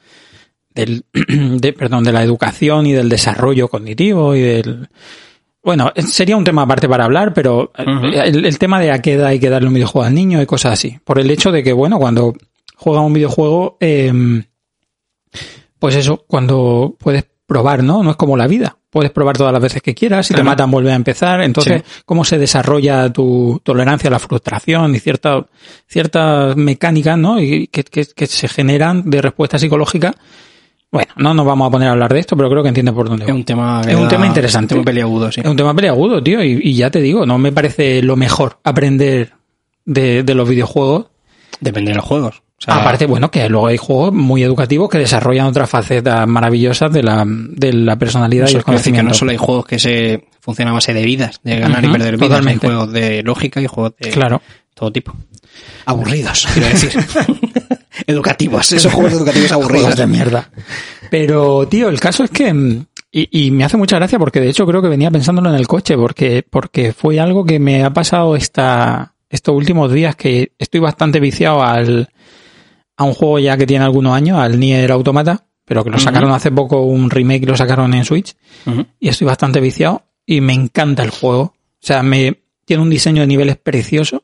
educación y del desarrollo cognitivo y del... Bueno, sería un tema aparte para hablar, pero el tema de a qué edad hay que darle un videojuego al niño y cosas así. Por el hecho de que, bueno, cuando juegas un videojuego, pues eso, cuando puedes probar, ¿no? No es como la vida. puedes probar todas las veces que quieras, si te matan vuelves a empezar, entonces cómo se desarrolla tu tolerancia a la frustración y ciertas mecánicas, ¿no? Y que se generan de respuesta psicológica. Bueno, no nos vamos a poner a hablar de esto, pero creo que entiendes por dónde va. Es un tema interesante. Un tema peliagudo, sí. Es un tema peliagudo, tío, y ya te digo, no me parece lo mejor aprender de los videojuegos. Depende de los juegos. O sea, aparte, bueno, que luego hay juegos muy educativos que desarrollan otras facetas maravillosas de la personalidad y el conocimiento. Que no solo hay juegos que se funcionan a base de vidas, de ganar y perder vidas. Totalmente. Hay juegos de lógica y juegos de todo tipo. Aburridos, quiero decir. Educativos. Esos juegos educativos aburridos. Juegos de mierda. Pero, tío, el caso es que... Y me hace mucha gracia porque, de hecho, creo que venía pensándolo en el coche porque fue algo que me ha pasado estos últimos días, que estoy bastante viciado a un juego ya que tiene algunos años, al Nier Automata, pero que lo sacaron hace poco, un remake lo sacaron en Switch, y estoy bastante viciado y me encanta el juego. O sea, tiene un diseño de niveles precioso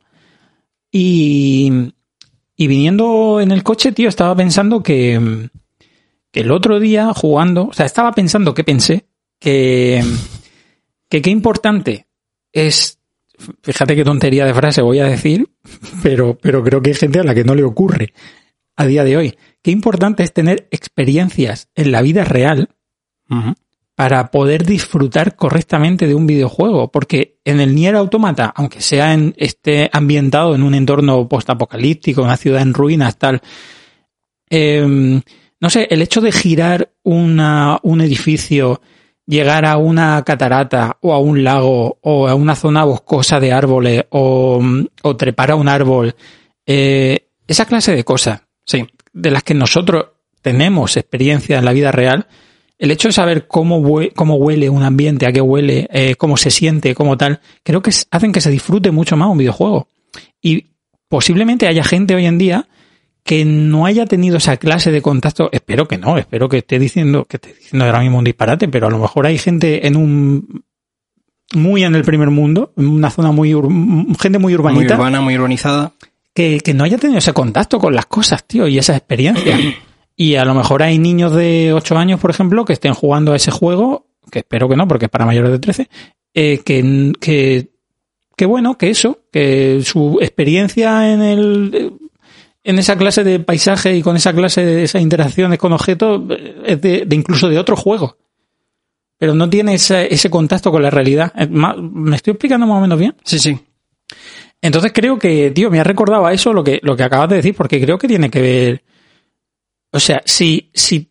y viniendo en el coche, tío, estaba pensando que el otro día jugando, o sea, estaba pensando que qué importante es, fíjate qué tontería de frase voy a decir, pero creo que hay gente a la que no le ocurre a día de hoy. Qué importante es tener experiencias en la vida real para poder disfrutar correctamente de un videojuego. Porque en el Nier Automata, aunque esté ambientado en un entorno postapocalíptico, una ciudad en ruinas, tal, no sé, el hecho de girar un edificio, llegar a una catarata o a un lago o a una zona boscosa de árboles o trepar a un árbol, esa clase de cosas, de las que nosotros tenemos experiencia en la vida real, el hecho de saber cómo huele un ambiente, a qué huele, cómo se siente, cómo tal, creo que hacen que se disfrute mucho más un videojuego. Y posiblemente haya gente hoy en día que no haya tenido esa clase de contacto. Espero que no, espero que esté diciendo ahora mismo un disparate, pero a lo mejor hay gente muy en el primer mundo, en una zona gente muy urbanita. Muy urbana, muy urbanizada. Que no haya tenido ese contacto con las cosas, tío, y esa experiencia. Y a lo mejor hay niños de 8 años, por ejemplo, que estén jugando a ese juego, que espero que no, porque es para mayores de 13, que su experiencia en esa clase de paisaje y con esa clase de esas interacciones con objetos es de incluso de otro juego. Pero no tiene ese contacto con la realidad. ¿Me estoy explicando más o menos bien? Sí. Entonces creo que, tío, me ha recordado a eso lo que acabas de decir, porque creo que tiene que ver. O sea, si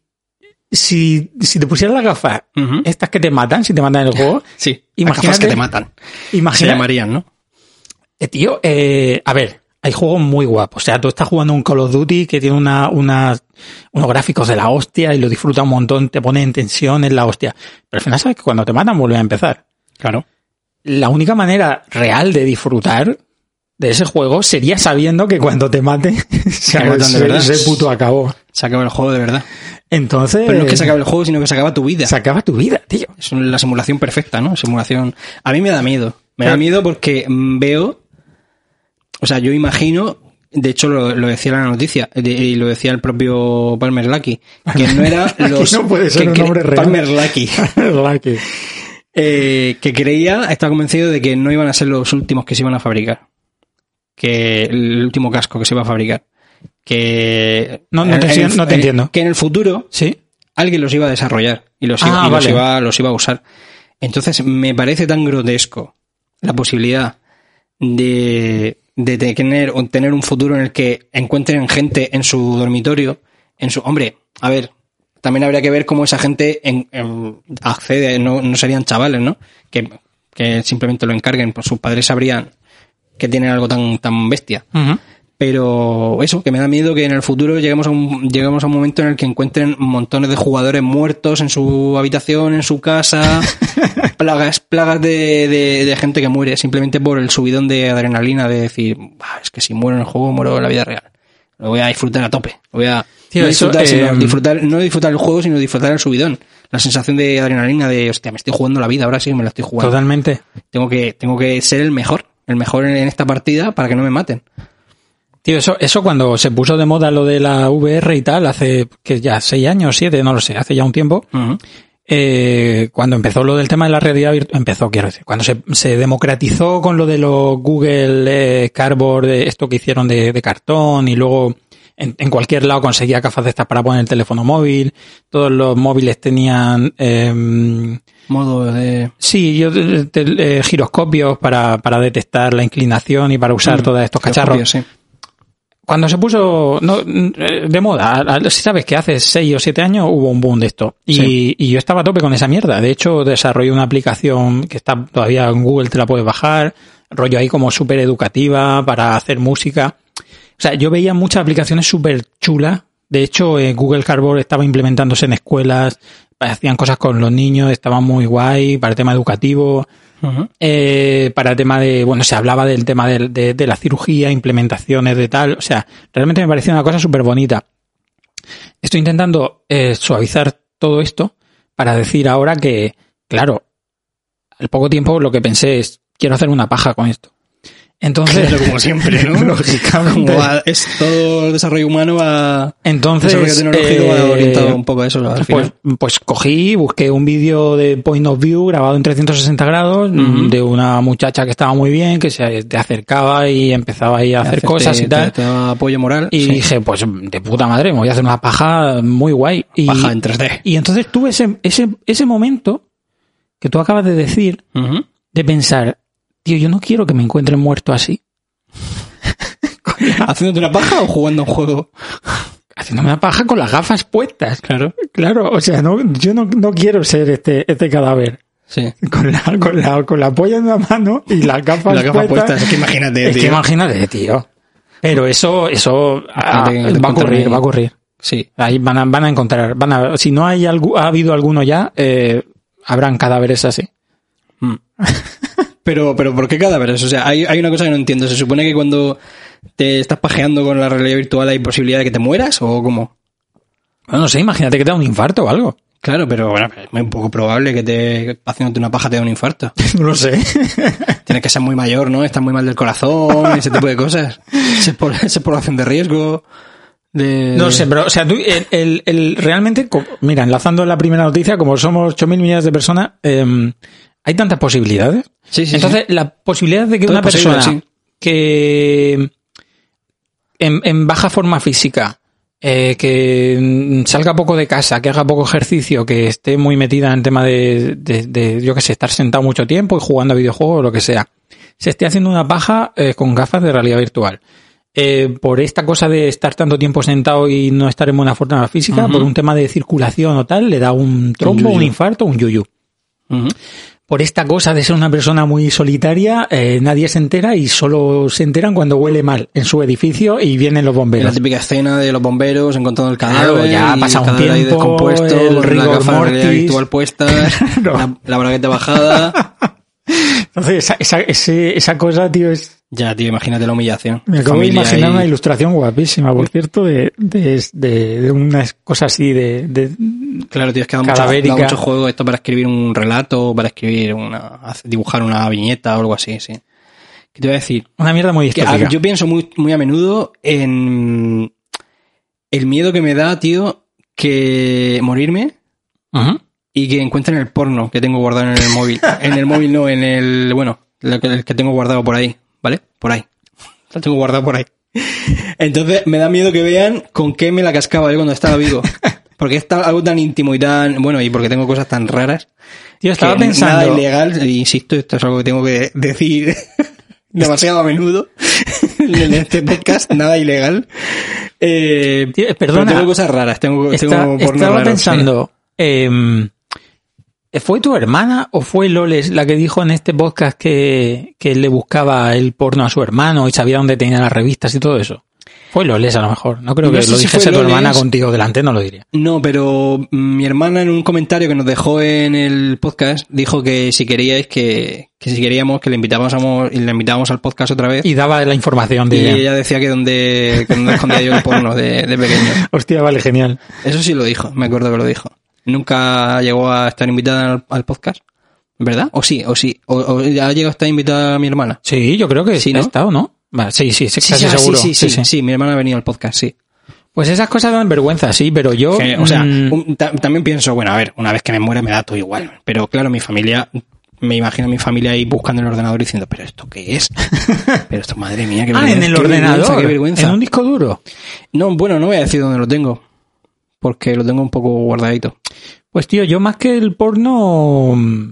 te pusieras las gafas, estas que te matan, si te matan en el juego. Sí, las gafas que te matan. Se llamarían, ¿no? Tío, a ver, hay juegos muy guapos. O sea, tú estás jugando un Call of Duty que tiene unos gráficos de la hostia y lo disfruta un montón, te pone en tensión, es la hostia. Pero al final sabes que cuando te matan vuelve a empezar. Claro. La única manera real de disfrutar de ese juego sería sabiendo que cuando te maten ese puto acabó. Se acaba el juego de verdad. Entonces... Pero no es que se acabe el juego, sino que se acaba tu vida. Se acaba tu vida, tío. Es la simulación perfecta, ¿no? A mí me da miedo. Me da miedo porque veo... O sea, yo imagino... De hecho, lo decía la noticia, y lo decía el propio Palmer Luckey, que no era los... no puede ser un nombre real. Palmer Luckey. Que estaba convencido de que no iban a ser los últimos que se iban a fabricar. Que el último casco que se iba a fabricar. Que... No te entiendo. Que en el futuro... ¿Sí? Alguien los iba a desarrollar y los iba a usar. Entonces, me parece tan grotesco la posibilidad de tener un futuro en el que encuentren gente en su dormitorio, hombre, a ver, también habría que ver cómo esa gente accede, no serían chavales, ¿no? Que simplemente lo encarguen, pues sus padres sabrían que tienen algo tan bestia. Uh-huh. Pero eso, que me da miedo que en el futuro lleguemos a un momento en el que encuentren montones de jugadores muertos en su habitación, en su casa, plagas de gente que muere simplemente por el subidón de adrenalina de decir, es que si muero en el juego, muero en la vida real. Lo voy a disfrutar a tope. No disfrutar el juego, sino disfrutar el subidón. La sensación de adrenalina de, hostia, me estoy jugando la vida, ahora sí me la estoy jugando. Totalmente. Tengo que ser el mejor en esta partida para que no me maten. Tío, eso cuando se puso de moda lo de la VR y tal, hace que ya 6 años, 7, no lo sé, hace ya un tiempo, uh-huh. cuando empezó lo del tema de la realidad virtual, cuando se democratizó con lo de los Google Cardboard, esto que hicieron de cartón, y luego en cualquier lado conseguía gafas de estas para poner el teléfono móvil, todos los móviles tenían modo de... Sí, giroscopios para detectar la inclinación y para usar todos estos cacharros. Sí. Cuando se puso de moda, sabes que hace 6 o 7 años hubo un boom de esto. Y yo estaba a tope con esa mierda. De hecho, desarrollé una aplicación que está todavía en Google, te la puedes bajar, rollo ahí como súper educativa para hacer música. O sea, yo veía muchas aplicaciones súper chulas. De hecho, Google Cardboard estaba implementándose en escuelas, hacían cosas con los niños, estaba muy guay para el tema educativo. Uh-huh. Para el tema de, se hablaba del tema de la cirugía, implementaciones de tal, o sea, realmente me parecía una cosa súper bonita. Estoy intentando suavizar todo esto para decir ahora que, claro, al poco tiempo lo que pensé es, quiero hacer una paja con esto. Entonces, claro, como siempre, ¿no? Lógicamente. Es todo el desarrollo humano entonces, desarrollo tecnológico va orientado un poco a eso al final. Pues cogí, busqué un vídeo de point of view grabado en 360 grados de una muchacha que estaba muy bien, que se te acercaba y empezaba ahí a hacer cosas y tal. Te daba apoyo moral. Y dije, pues de puta madre, me voy a hacer una paja muy guay. Paja en 3D. Y entonces tuve ese momento que tú acabas de decir, de pensar, tío, yo no quiero que me encuentren muerto así. ¿Haciéndote una paja o jugando a un juego? Haciéndome una paja con las gafas puestas. Claro, o sea, yo no quiero ser este cadáver. Sí. Con la polla en la mano y las gafas puestas. Es que imagínate, tío. Imagínate, tío. Pero eso va a ocurrir. Sí. Ahí van a encontrar, si no ha habido alguno ya, habrán cadáveres así. Pero ¿por qué cadáveres? O sea, hay una cosa que no entiendo. ¿Se supone que cuando te estás pajeando con la realidad virtual hay posibilidad de que te mueras o cómo? Bueno, no sé, imagínate que te da un infarto o algo. Claro, pero bueno, es muy poco probable que haciéndote una paja te dé un infarto. No lo sé. Tienes que ser muy mayor, ¿no? Estás muy mal del corazón, ese tipo de cosas. Esa es población de riesgo. No sé, pero, o sea, tú, realmente, mira, enlazando la primera noticia, como somos 8.000 millones de personas, hay tantas posibilidades. Sí, entonces, la posibilidad de que una persona que en baja forma física, que salga poco de casa, que haga poco ejercicio, que esté muy metida en el tema de yo qué sé, estar sentado mucho tiempo y jugando a videojuegos o lo que sea, se esté haciendo una paja con gafas de realidad virtual. Por esta cosa de estar tanto tiempo sentado y no estar en buena forma física, por un tema de circulación o tal, le da un trombo, un infarto, un yuyu. Por esta cosa de ser una persona muy solitaria, nadie se entera y solo se enteran cuando huele mal en su edificio y vienen los bomberos. La típica escena de los bomberos encontrando el cadáver, ya pasa un tiempo, descompuesto, el rigor mortis, virtual puesta, la bragueta bajada. Entonces, esa cosa, tío, es... Ya, tío, imagínate la humillación. Me acabo de imaginar una ilustración guapísima, por cierto, de unas cosas así Claro, tío, es que da mucho juego esto para escribir un relato, para dibujar una viñeta o algo así, sí. ¿Qué te voy a decir? Una mierda muy distópica. Yo pienso muy a menudo en el miedo que me da, tío, que morirme y que encuentren el porno que tengo guardado en el móvil. En el móvil no, el que tengo guardado por ahí. ¿Vale? Por ahí. Lo tengo guardado por ahí. Entonces me da miedo que vean con qué me la cascaba yo cuando estaba vivo. Porque es algo tan íntimo y tan... Bueno, y porque tengo cosas tan raras. Tío, estaba pensando... Nada ilegal, insisto, esto es algo que tengo que decir demasiado a menudo en este podcast, nada ilegal. Tío, perdona. Pero tengo cosas raras, tengo porno estaba raro, pensando... ¿Fue tu hermana o fue Loles la que dijo en este podcast que le buscaba el porno a su hermano y sabía dónde tenía las revistas y todo eso? Fue Loles a lo mejor. No creo que lo dijese tu hermana contigo delante, no lo diría. No, pero mi hermana en un comentario que nos dejó en el podcast dijo que si queríais que si queríamos que le invitábamos al podcast otra vez. Y daba la información de... Y ella decía que donde escondía yo el porno de pequeño. Hostia, vale, genial. Eso sí lo dijo, me acuerdo que lo dijo. Nunca llegó a estar invitada al podcast, ¿verdad? ¿O sí? ¿O ya ha llegado a estar invitada mi hermana? Sí, yo creo que sí, ¿no? Ha estado, ¿no? Vale, sí, casi seguro. Sí, mi hermana ha venido al podcast, sí. Pues esas cosas dan vergüenza, sí, pero yo... O sea, también pienso, bueno, a ver, una vez que me muera me da todo igual. Pero claro, mi familia... Me imagino a mi familia ahí buscando el ordenador diciendo, ¿pero esto qué es? Pero esto, madre mía, qué vergüenza. En el ordenador, qué vergüenza. ¿En un disco duro? No, bueno, no voy a decir dónde lo tengo. Porque lo tengo un poco guardadito. Pues tío, yo más que el porno...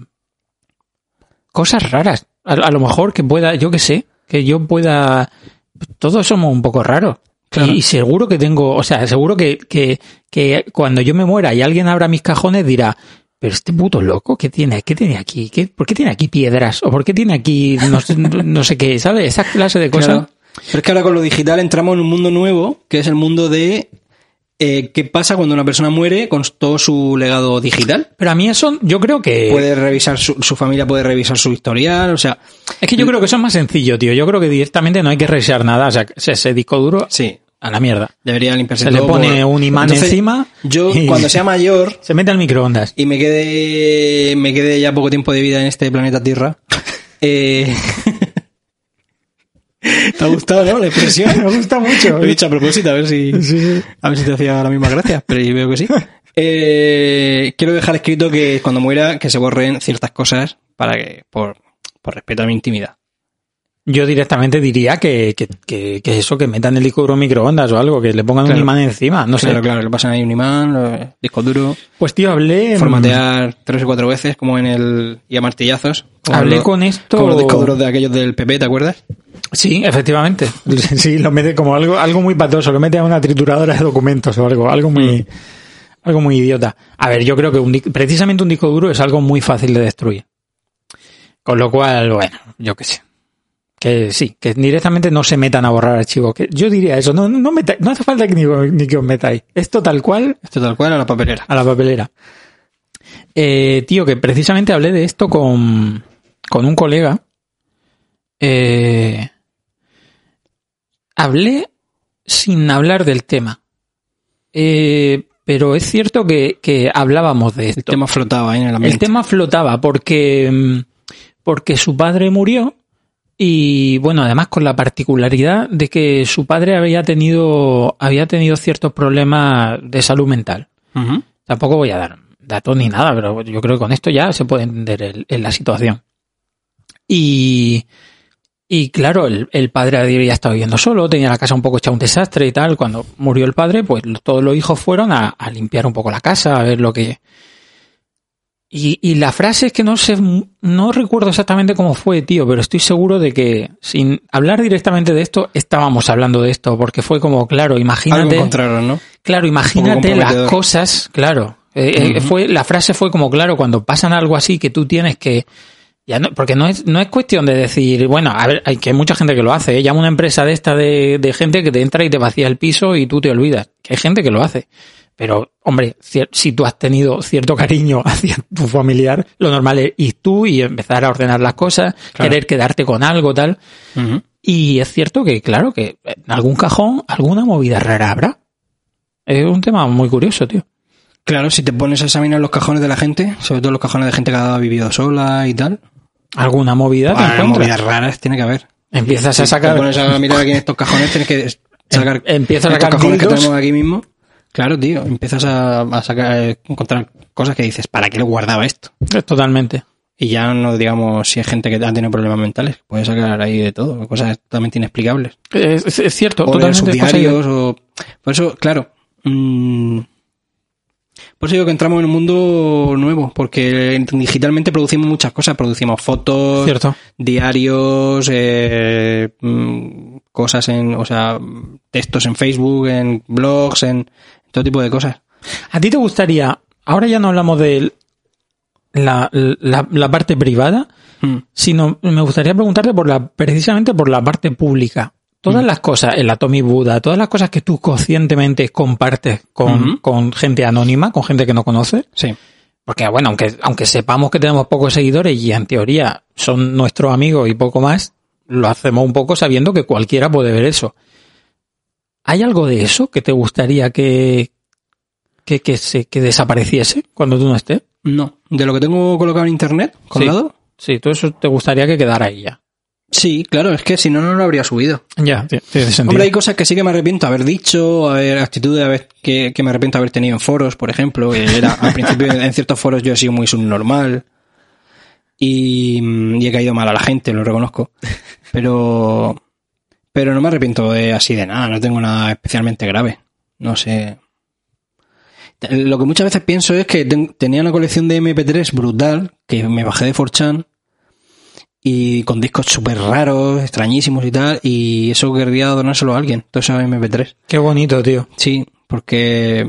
Cosas raras. A lo mejor que pueda, yo qué sé, que yo pueda... Todos somos un poco raros. Claro. Y seguro que tengo... O sea, seguro que cuando yo me muera y alguien abra mis cajones dirá... Pero este puto loco, ¿qué tiene aquí? ¿Por qué tiene aquí piedras? ¿O por qué tiene aquí no sé qué? ¿Sabes? Esa clase de cosas. Claro. Pero es que ahora con lo digital entramos en un mundo nuevo, que es el mundo de qué pasa cuando una persona muere con todo su legado digital. Pero a mí eso, yo creo que... Puede revisar su familia, puede revisar su historial, o sea... Es que yo creo que eso es más sencillo, tío. Yo creo que directamente no hay que revisar nada. O sea, ese disco duro... Sí. A la mierda. Debería limpiarse todo. Se le pone un imán encima. Yo, cuando sea mayor... Se mete al microondas. Y me quede ya poco tiempo de vida en este planeta Tierra. ¿Te ha gustado, no? La expresión. Me gusta mucho. Lo he dicho a propósito, a ver si te hacía la misma gracia, pero yo veo que sí. Quiero dejar escrito que cuando muera, que se borren ciertas cosas para que, por respeto a mi intimidad. Yo directamente diría que eso, que metan el disco duro en microondas o algo, que le pongan un imán encima, no sé. Claro, le pasan ahí un imán, disco duro. Pues tío, hablé... Formatear 3 o 4 veces, como en el... y a martillazos. Hablé con esto... Como los discos duros de aquellos del PP, ¿te acuerdas? Sí, efectivamente. Sí, lo mete como algo muy patoso, lo mete a una trituradora de documentos o algo muy idiota. A ver, yo creo que precisamente un disco duro es algo muy fácil de destruir. Con lo cual, bueno, yo qué sé. Que sí, que directamente no se metan a borrar archivos. Que yo diría eso, no hace falta que ni que os metáis. Esto tal cual a la papelera. A la papelera. Tío, que precisamente hablé de esto con un colega. Hablé sin hablar del tema. Pero es cierto que hablábamos de esto. El tema flotaba ahí en el ambiente. El tema flotaba porque su padre murió. Y bueno, además con la particularidad de que su padre había tenido ciertos problemas de salud mental. Uh-huh. Tampoco voy a dar datos ni nada, pero yo creo que con esto ya se puede entender la situación. Y claro, el padre había estado viviendo solo, tenía la casa un poco hecha un desastre y tal. Cuando murió el padre, pues todos los hijos fueron a limpiar un poco la casa, a ver lo que... Y la frase es que no recuerdo exactamente cómo fue, tío, pero estoy seguro de que sin hablar directamente de esto, estábamos hablando de esto, porque fue como, claro, imagínate... Algo encontraron, ¿no? Claro, imagínate las cosas, claro. Uh-huh. La frase fue como, claro, cuando pasan algo así que tú tienes que... Ya no, porque no es cuestión de decir, bueno, a ver, hay mucha gente que lo hace, ¿eh? Llama una empresa de esta de gente que te entra y te vacía el piso y tú te olvidas. Que hay gente que lo hace. Pero, hombre, si tú has tenido cierto cariño hacia tu familiar, lo normal es ir tú y empezar a ordenar las cosas, claro. Querer quedarte con algo, tal. Uh-huh. Y es cierto que, claro, que en algún cajón, alguna movida rara habrá. Es un tema muy curioso, tío. Claro, si te pones a examinar los cajones de la gente, sobre todo los cajones de gente que ha vivido sola y tal. ¿Alguna movida? Movidas raras tiene que haber. Empiezas a sacar... Si te pones a mirar aquí en estos cajones, tienes que sacar... Empiezas a sacar cajones que tenemos aquí mismo. Claro, tío, empiezas a sacar, encontrar cosas que dices, ¿para qué lo guardaba esto? Totalmente. Y ya no digamos si hay gente que ha tenido problemas mentales, puedes sacar ahí de todo, cosas totalmente inexplicables. Es cierto, o totalmente. O sus diarios, o... Por eso, claro, por eso digo que entramos en un mundo nuevo, porque digitalmente producimos muchas cosas, producimos fotos, cierto. Diarios, cosas textos en Facebook, en blogs, en todo tipo de cosas. ¿A ti te gustaría, ahora ya no hablamos de la parte privada, sino me gustaría preguntarte precisamente por la parte pública? Todas las cosas, el Atomic Buddha, todas las cosas que tú conscientemente compartes con gente anónima, con gente que no conoces. Sí. Porque, bueno, aunque sepamos que tenemos pocos seguidores y en teoría son nuestros amigos y poco más, lo hacemos un poco sabiendo que cualquiera puede ver eso. ¿Hay algo de eso que te gustaría que desapareciese cuando tú no estés? No. ¿De lo que tengo colocado en internet? ¿Colgado? Sí, todo eso te gustaría que quedara ahí ya. Sí, claro, es que si no, no lo habría subido. Ya, tiene sentido. Hombre, hay cosas que sí que me arrepiento de haber dicho, actitudes que me arrepiento de haber tenido en foros, por ejemplo. Al principio en ciertos foros yo he sido muy subnormal y he caído mal a la gente, lo reconozco. Pero no me arrepiento así de nada, no tengo nada especialmente grave. No sé. Lo que muchas veces pienso es que tenía una colección de MP3 brutal, que me bajé de 4chan, y con discos súper raros, extrañísimos y tal, y eso querría donárselo a alguien, todo eso MP3. Qué bonito, tío. Sí, porque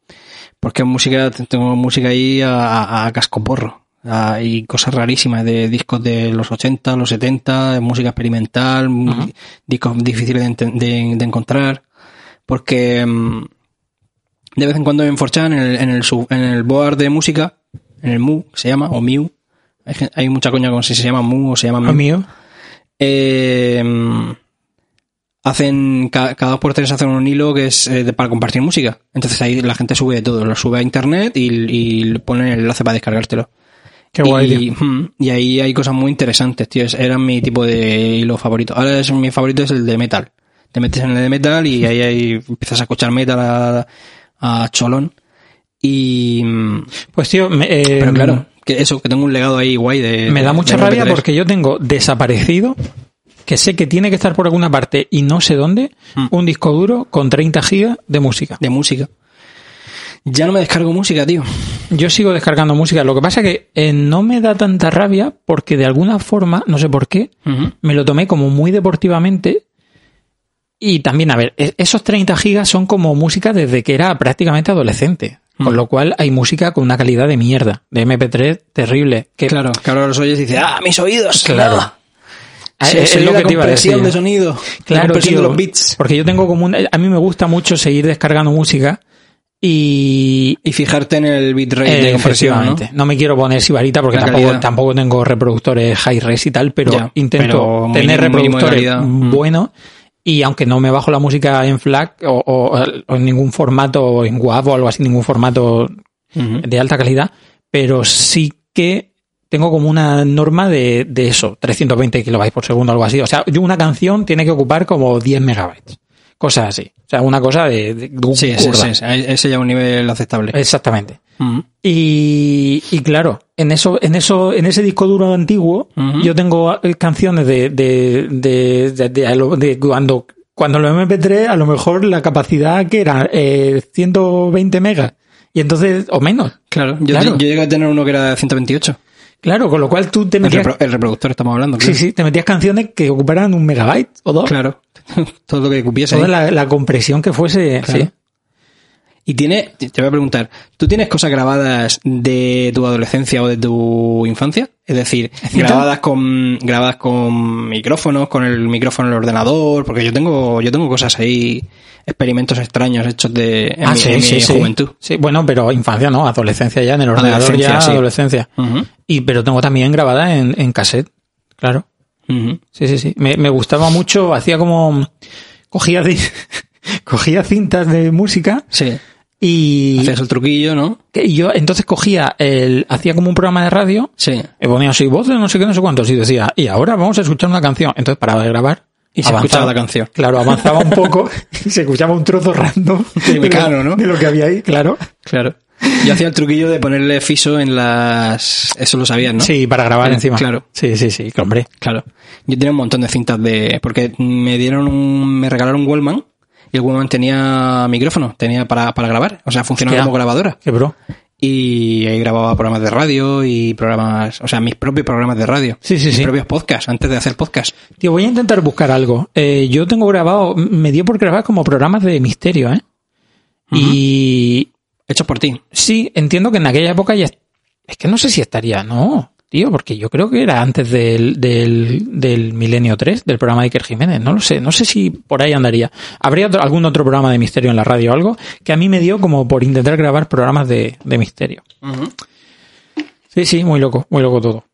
tengo música ahí a cascoporro, y cosas rarísimas de discos de los 80, los 70, de música experimental, discos difíciles de encontrar, porque de vez en cuando en 4chan, en el board de música, en el Mu, se llama, o Miu, hay mucha coña con si se llama Mu o se llama Miu. Hacen cada 2x3 hacen un hilo que es para compartir música. Entonces ahí la gente sube de todo, lo sube a internet y ponen el enlace para descargártelo. Qué guay, y ahí hay cosas muy interesantes, tío. Eran mi tipo de hilo favorito. Ahora mi favorito es el de metal. Te metes en el de metal y ahí empiezas a escuchar metal a cholón. Y pues tío, pero claro, que tengo un legado ahí guay me da mucha rabia porque yo tengo desaparecido, que sé que tiene que estar por alguna parte y no sé dónde, un disco duro con 30 gigas de música. Ya no me descargo música, tío. Yo sigo descargando música. Lo que pasa es que no me da tanta rabia porque de alguna forma, no sé por qué, me lo tomé como muy deportivamente. Y también, a ver, esos 30 gigas son como música desde que era prácticamente adolescente. Con lo cual hay música con una calidad de mierda, de MP3 terrible. Claro, que ahora los oyes y dices, mis oídos. Claro. Es lo que te iba a decir. De sonido. Claro, tío, de los beats. Porque yo tengo como a mí me gusta mucho seguir descargando música y fijarte en el bitrate de compresión, ¿no? No me quiero poner sibarita porque tampoco tengo reproductores high-res y tal, pero intento tener reproductores buenos. Y aunque no me bajo la música en FLAC o en ningún formato, en WAV o algo así, ningún formato de alta calidad, pero sí que tengo como una norma de eso, 320 kilobytes por segundo o algo así. O sea, una canción tiene que ocupar como 10 megabytes. Cosas así. O sea, una cosa de sí, ese ya es un nivel aceptable. Exactamente. Y claro, en ese disco duro antiguo, yo tengo canciones de cuando los MP3 a lo mejor la capacidad que era 120 megas y entonces o menos. Claro, yo llegué a tener uno que era 128. Claro, con lo cual tú te metías... El reproductor estamos hablando. Claro. Sí, te metías canciones que ocuparan 1 megabyte o 2. Claro, todo lo que cupiese. Toda la compresión que fuese... Claro. Sí. Y te voy a preguntar, ¿tú tienes cosas grabadas de tu adolescencia o de tu infancia? Es decir, grabadas con micrófonos, con el micrófono en el ordenador, porque yo tengo cosas ahí, experimentos extraños hechos en mi juventud. Sí, bueno, pero infancia no, adolescencia ya, en el ordenador ya, sí. Adolescencia. Pero tengo también grabada en cassette, claro. Sí. Me gustaba mucho, hacía como... Cogía cintas de música. Sí. Y hacías el truquillo, ¿no? Y yo entonces hacía como un programa de radio. Sí. Y ponía así voces, no sé qué, no sé cuántos. Y decía, y ahora vamos a escuchar una canción. Entonces paraba de grabar. Y se escuchaba la canción. Claro, avanzaba un poco y se escuchaba un trozo random. ¿no? De lo que había ahí, claro. Yo hacía el truquillo de ponerle fiso en las... Eso lo sabías, ¿no? Sí, para grabar encima. Claro. Sí, hombre. Claro. Yo tenía un montón de cintas porque me regalaron un Wallman y el Wallman tenía micrófono, tenía para grabar. O sea, funcionaba como grabadora. Qué bro. Y ahí grababa programas de radio y mis propios programas de radio. Sí. Mis propios podcasts, antes de hacer podcast. Tío, voy a intentar buscar algo. Yo tengo grabado, me dio por grabar como programas de misterio, Y... Hechos por ti. Sí, entiendo que en aquella época ya... Es que no sé si estaría, no, tío, porque yo creo que era antes del Milenio 3, del programa de Iker Jiménez, no lo sé, no sé si por ahí andaría. Habría algún otro programa de misterio en la radio o algo que a mí me dio como por intentar grabar programas de misterio. Sí, muy loco todo.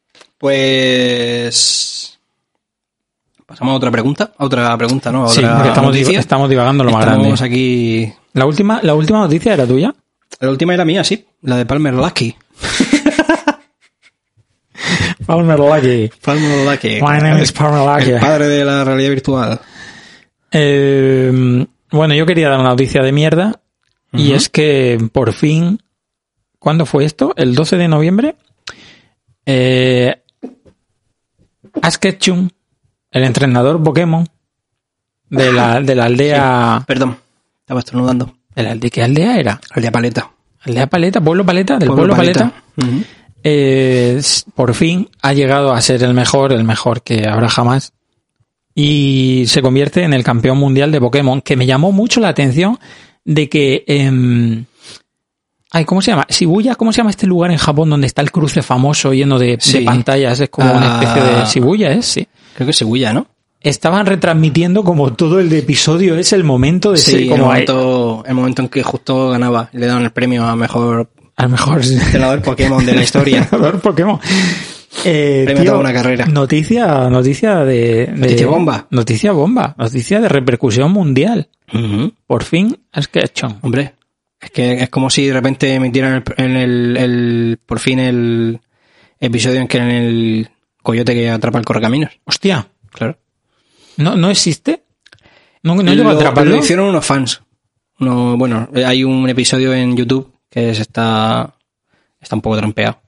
Pues... Pasamos a otra pregunta, ¿no? Sí, porque estamos divagando lo más grande. Estamos aquí... ¿La última noticia era tuya? La última era mía, sí. La de Palmer Luckey. Palmer Luckey. Palmer Luckey. My name is Palmer Luckey. El padre de la realidad virtual. Bueno, yo quería dar una noticia de mierda. Y es que por fin... ¿Cuándo fue esto? ¿El 12 de noviembre? Ash Ketchum, el entrenador Pokémon de la aldea... Sí. Perdón, estaba estornudando. ¿De qué aldea era? Aldea Paleta. Aldea Paleta, Pueblo Paleta, del Pueblo Paleta. Por fin ha llegado a ser el mejor que habrá jamás. Y se convierte en el campeón mundial de Pokémon, que me llamó mucho la atención de que... ¿cómo se llama? Shibuya, ¿cómo se llama este lugar en Japón donde está el cruce famoso lleno de pantallas? Es como una especie de Shibuya, ¿es? Sí. Creo que es Shibuya, ¿no? Estaban retransmitiendo como todo el episodio, es el momento de ser como el momento en que justo ganaba, le daban el premio al mejor entrenador Pokémon de la historia. Entrenador Pokémon. Premio de una carrera. Noticia bomba. Noticia bomba. Noticia de repercusión mundial. Por fin, es que hecho. Hombre, es que es como si de repente emitieran por fin el episodio en el coyote que atrapa el correcaminos. Hostia. Claro. ¿No existe? ¿No llegó a atraparlo? Lo hicieron unos fans. Bueno, hay un episodio en YouTube que está un poco trampeado.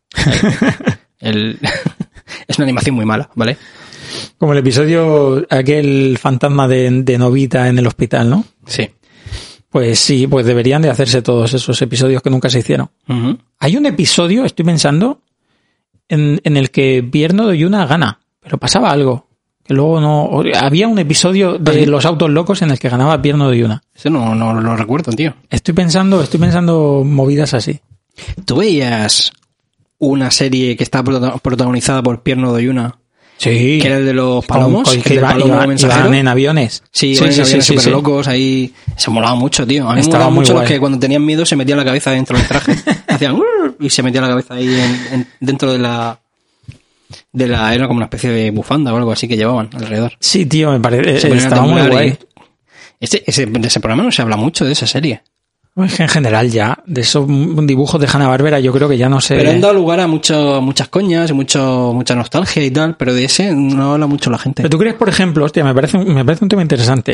Es una animación muy mala, ¿vale? Como el episodio, aquel fantasma de Novita en el hospital, ¿no? Sí. Pues sí, pues deberían de hacerse todos esos episodios que nunca se hicieron. Hay un episodio, estoy pensando, en el que Pierno de Yuna gana, pero pasaba algo. Que luego no... Había un episodio de los autos locos en el que ganaba Pierno de Yuna. Eso no lo recuerdo, tío. Estoy pensando movidas así. ¿Tú veías una serie que está protagonizada por Pierno de Yuna? Sí. Que era el de los palomos. Que iban en aviones. Sí, iban en aviones súper locos. Ahí se molaba mucho, tío. A mí me molaba mucho los que cuando tenían miedo se metían la cabeza dentro del traje. Hacían... y se metían la cabeza ahí dentro de la... Era como una especie de bufanda o algo así que llevaban alrededor. Sí, tío, me parece... Estaba muy guay. De ese programa no se habla mucho, de esa serie. En general ya, de esos dibujos de Hanna-Barbera yo creo que ya no sé... Pero han dado lugar a muchas coñas y mucha nostalgia y tal, pero de ese no habla mucho la gente. Pero tú crees, por ejemplo, hostia, me parece un tema interesante.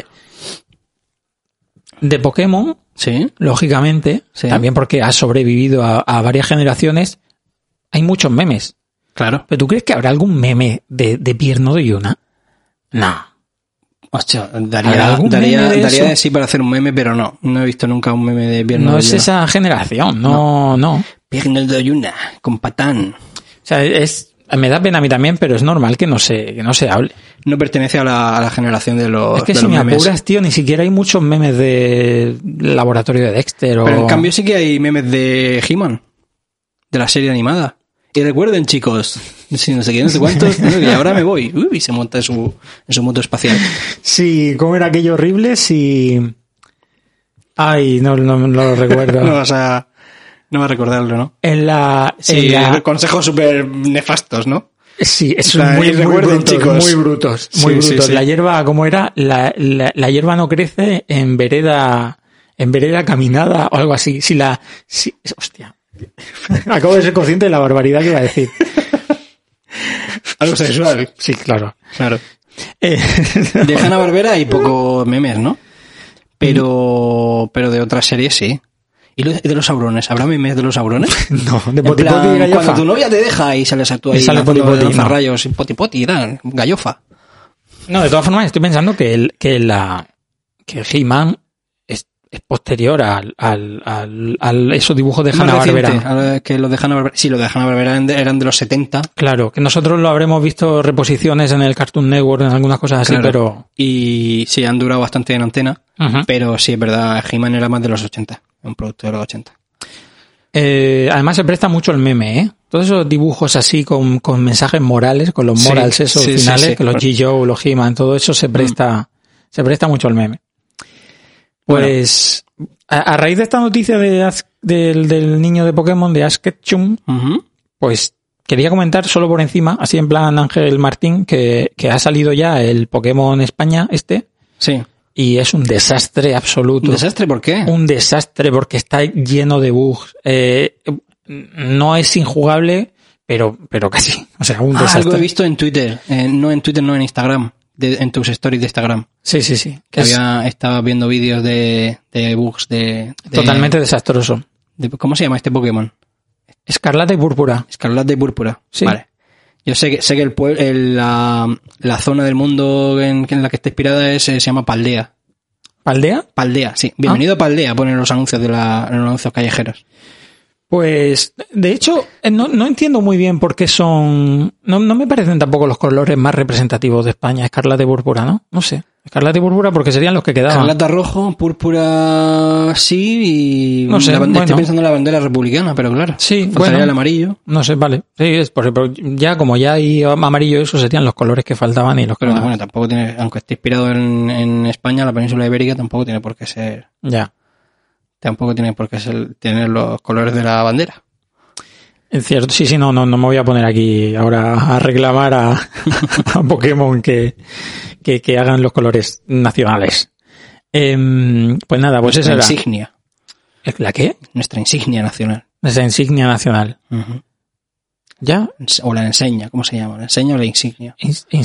De Pokémon, sí, lógicamente, sí, también porque ha sobrevivido a varias generaciones, hay muchos memes. Claro. ¿Pero tú crees que habrá algún meme de Pierno de Yuna? No. Hostia, daría de sí para hacer un meme, pero no he visto nunca un meme de Pierno de Yuna. No es esa generación, no. Pierno de Yuna, con patán. O sea, me da pena a mí también, pero es normal que no se hable. No pertenece a la generación de los. Es que si me apuras, tío, ni siquiera hay muchos memes de Laboratorio de Dexter. Pero en cambio sí que hay memes de He-Man, de la serie animada. Y recuerden, chicos, si no sé qué, no sé cuántos, y ahora me voy. Y se monta en su moto espacial. Sí, ¿cómo era aquello horrible? Sí. Ay, no lo recuerdo. No vas a recordarlo, ¿no? Sí, consejos súper nefastos, ¿no? Sí, eso es muy brutos. Sí. La hierba, ¿cómo era? La hierba no crece en vereda caminada o algo así. Hostia. Acabo de ser consciente de la barbaridad que iba a decir. Algo sexual. Sí, claro. De Hanna-Barbera hay pocos memes, ¿no? Pero de otras series sí. ¿Y de los saurones? ¿Habrá memes de los saurones? No, de Potipoti y Gallofa. Cuando tu novia te deja y sales a tu ahí sale Potipoti, no. Rayos, Potipoti y tal, Gallofa. No, de todas formas estoy pensando que He-Man es posterior al esos dibujos de Hanna-Barbera. Que los de Hanna-Barbera, sí, los de Hanna-Barbera eran de los 70. Claro, que nosotros lo habremos visto reposiciones en el Cartoon Network, en algunas cosas así, claro, pero... Y sí, han durado bastante en antena, pero sí, es verdad, He-Man era más de los 80, un producto de los 80. Además se presta mucho el meme, ¿eh? Todos esos dibujos así con mensajes morales, con los morals esos finales, que los G-Joe, los He-Man, todo eso se presta mucho al meme. Pues, bueno, a raíz de esta noticia del niño de Pokémon, de Ash Ketchum, pues quería comentar solo por encima, así en plan Ángel Martín, que ha salido ya el Pokémon España Sí. Y es un desastre absoluto. ¿Un desastre por qué? Un desastre porque está lleno de bugs. No es injugable, pero casi. O sea, un desastre. Algo he visto en Twitter. No en Twitter, no en Instagram. En tus stories de Instagram. Sí. Que estaba viendo vídeos de bugs de... Totalmente desastroso. ¿Cómo se llama este Pokémon? Escarlata y Púrpura. Escarlata y Púrpura. Sí. Vale. Yo sé que la zona del mundo en la que está inspirada se llama Paldea. ¿Paldea? Paldea, sí. Bienvenido a Paldea, ponen los anuncios en los anuncios callejeros. Pues, de hecho, no entiendo muy bien por qué son... No me parecen tampoco los colores más representativos de España, escarlata y púrpura, ¿no? No sé. Escarlata y púrpura porque serían los que quedaban. Escarlata rojo, púrpura sí, y... No sé, estoy pensando en la bandera republicana, pero claro. Sí, faltaría el amarillo. No sé, vale. Sí, es por ya como ya hay amarillo, esos serían los colores que faltaban y los pero bueno, tampoco tiene... Aunque esté inspirado en España, la península ibérica, tampoco tiene por qué ser... Ya. Tampoco tiene por qué tener los colores de la bandera. Es cierto, sí, no me voy a poner aquí ahora a reclamar a Pokémon que hagan los colores nacionales. Pues nada, pues esa era. Nuestra insignia. ¿La qué? Nuestra insignia nacional. Nuestra insignia nacional. Uh-huh. ¿Ya? O la enseña, ¿cómo se llama? ¿La enseña o la insignia?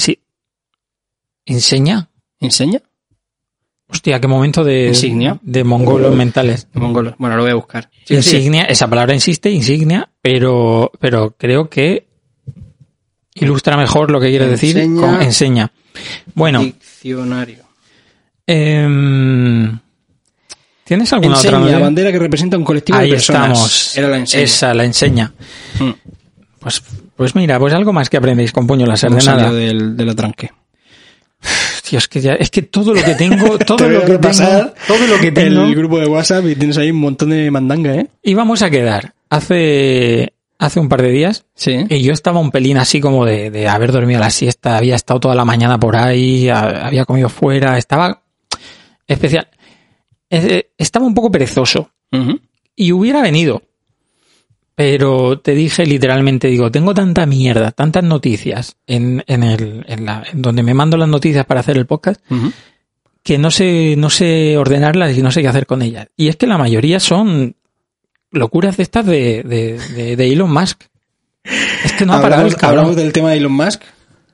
¿Enseña? ¿Enseña? Hostia, qué momento de... ¿Insignia? De mongolos mentales. De mongolos. Bueno, lo voy a buscar. Sí, insignia, esa palabra insiste, insignia, pero creo que ilustra mejor lo que quiere decir con enseña. Bueno. Diccionario. ¿Tienes alguna enseña, otra? La bandera que representa un colectivo Ahí de personas. Estamos. Era la enseña. Esa, la enseña. Pues mira, pues algo más que aprendéis con puño láser, de nada. De la tranque. Tío, es que todo lo que tengo, todo lo que tengo. El grupo de WhatsApp y tienes ahí un montón de mandanga, ¿eh? Íbamos a quedar hace un par de días. Sí. Y yo estaba un pelín así como de haber dormido la siesta, había estado toda la mañana por ahí, había comido fuera, estaba especial. Estaba un poco perezoso. Uh-huh. Y hubiera venido. Pero te dije literalmente, digo, tengo tanta mierda, tantas noticias en donde me mando las noticias para hacer el podcast, uh-huh, que no sé ordenarlas y no sé qué hacer con ellas. Y es que la mayoría son locuras de estas de Elon Musk. Es que no ha parado el cabrón. ¿Hablamos del tema de Elon Musk?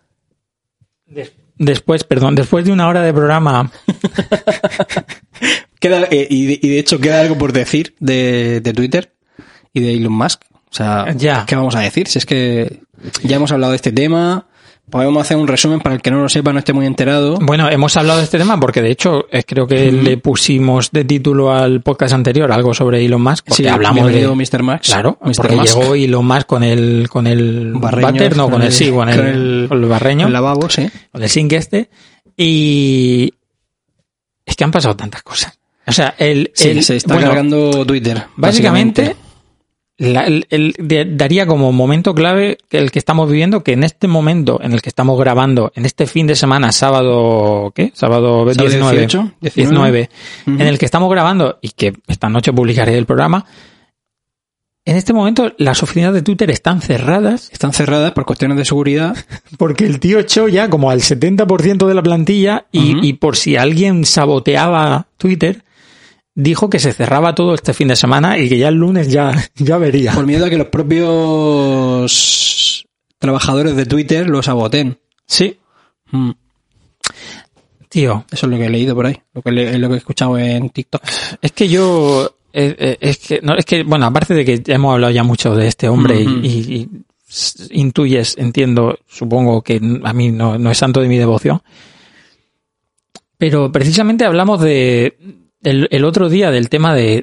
Después de una hora de programa. Y de hecho queda algo por decir de Twitter y de Elon Musk. O sea, ya. ¿Qué vamos a decir? Si es que ya hemos hablado de este tema, podemos hacer un resumen para el que no lo sepa, no esté muy enterado. Bueno, hemos hablado de este tema porque de hecho creo que le pusimos de título al podcast anterior algo sobre Elon Musk. Porque sí, hablamos de Mr. Max. Claro, Mr. porque Musk. llegó Elon Musk con el váter, no, con el barreño. Con el lavabo, sí. Con el sink este. Y es que han pasado tantas cosas. O sea, se está cargando Twitter. Básicamente daría como momento clave que el que estamos viviendo, que en este momento en el que estamos grabando, en este fin de semana, sábado 19, uh-huh, en el que estamos grabando y que esta noche publicaré el programa, en este momento las oficinas de Twitter están cerradas. Están cerradas por cuestiones de seguridad. Porque el tío echó ya como al 70% de la plantilla y por si alguien saboteaba Twitter, dijo que se cerraba todo este fin de semana y que ya el lunes ya vería. Por miedo a que los propios trabajadores de Twitter lo saboteen. Sí. Tío. Eso es lo que he leído por ahí. Lo que he escuchado en TikTok. Es que yo... bueno, aparte de que hemos hablado ya mucho de este hombre y intuyes, entiendo, supongo que a mí no es santo de mi devoción. Pero precisamente hablamos el otro día del tema de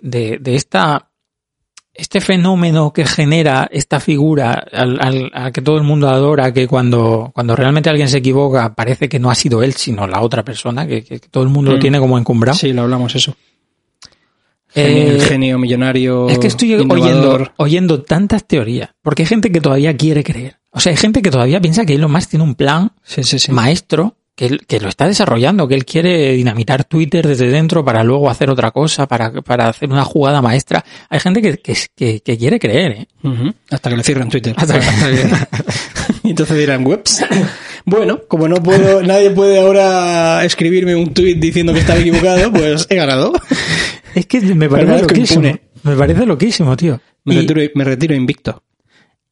este fenómeno que genera esta figura al que todo el mundo adora, que cuando realmente alguien se equivoca parece que no ha sido él sino la otra persona, que todo el mundo lo tiene como encumbrado. Sí, lo hablamos eso. El genio millonario. Es que estoy oyendo tantas teorías, porque hay gente que todavía quiere creer. O sea, hay gente que todavía piensa que Elon Musk tiene un plan maestro que lo está desarrollando, que él quiere dinamitar Twitter desde dentro para luego hacer otra cosa, para hacer una jugada maestra. Hay gente que quiere creer, ¿eh? Uh-huh. Hasta que le cierran Twitter. Y entonces dirán, whoops. Bueno, como nadie puede ahora escribirme un tweet diciendo que estaba equivocado, pues he ganado. Es que me parece loquísimo. Me parece loquísimo, tío. Me retiro invicto.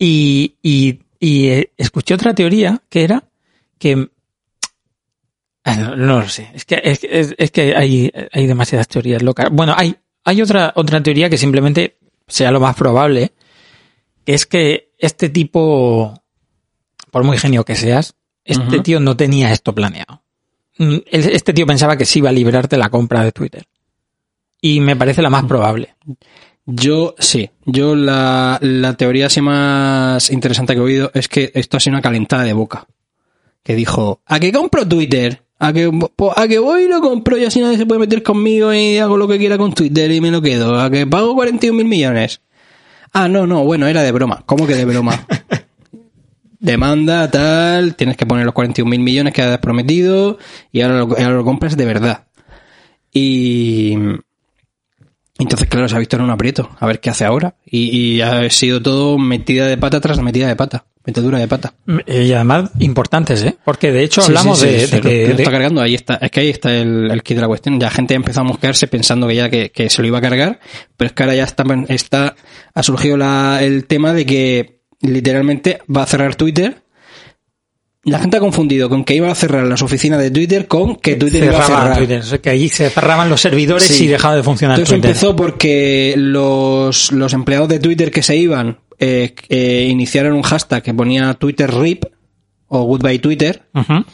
Y escuché otra teoría que era que... No lo sé. Es que hay demasiadas teorías locas. Bueno, hay otra teoría que simplemente sea lo más probable, es que este tipo, por muy genio que seas, este tío no tenía esto planeado. Este tío pensaba que sí iba a librarte la compra de Twitter. Y me parece la más probable. Yo la teoría así más interesante que he oído es que esto ha sido una calentada de boca. Que dijo, ¿a qué compro Twitter? ¿A que voy y lo compro y así nadie se puede meter conmigo y hago lo que quiera con Twitter y me lo quedo? ¿A que pago 41.000 millones? Ah, no, bueno, era de broma. ¿Cómo que de broma? Demanda, tal, tienes que poner los 41.000 millones que has prometido y ahora lo compras de verdad. Y entonces, claro, se ha visto en un aprieto. A ver qué hace ahora. Y ha sido todo metida de pata tras metida de pata. Metedura de pata. Y además importantes, ¿eh? Porque de hecho hablamos de que... Lo está cargando, ahí está. Es que ahí está el kit de la cuestión. Ya gente ha empezado a mosquearse pensando que ya que se lo iba a cargar, pero es que ahora ya ha surgido el tema de que literalmente va a cerrar Twitter. La gente ha confundido con que iba a cerrar las oficinas de Twitter con que Twitter iba a cerrar. Twitter. O sea, que allí se cerraban los servidores y dejaba de funcionar Entonces Twitter. Empezó porque los empleados de Twitter que se iban iniciaron un hashtag que ponía Twitter RIP o Goodbye Twitter. Uh-huh.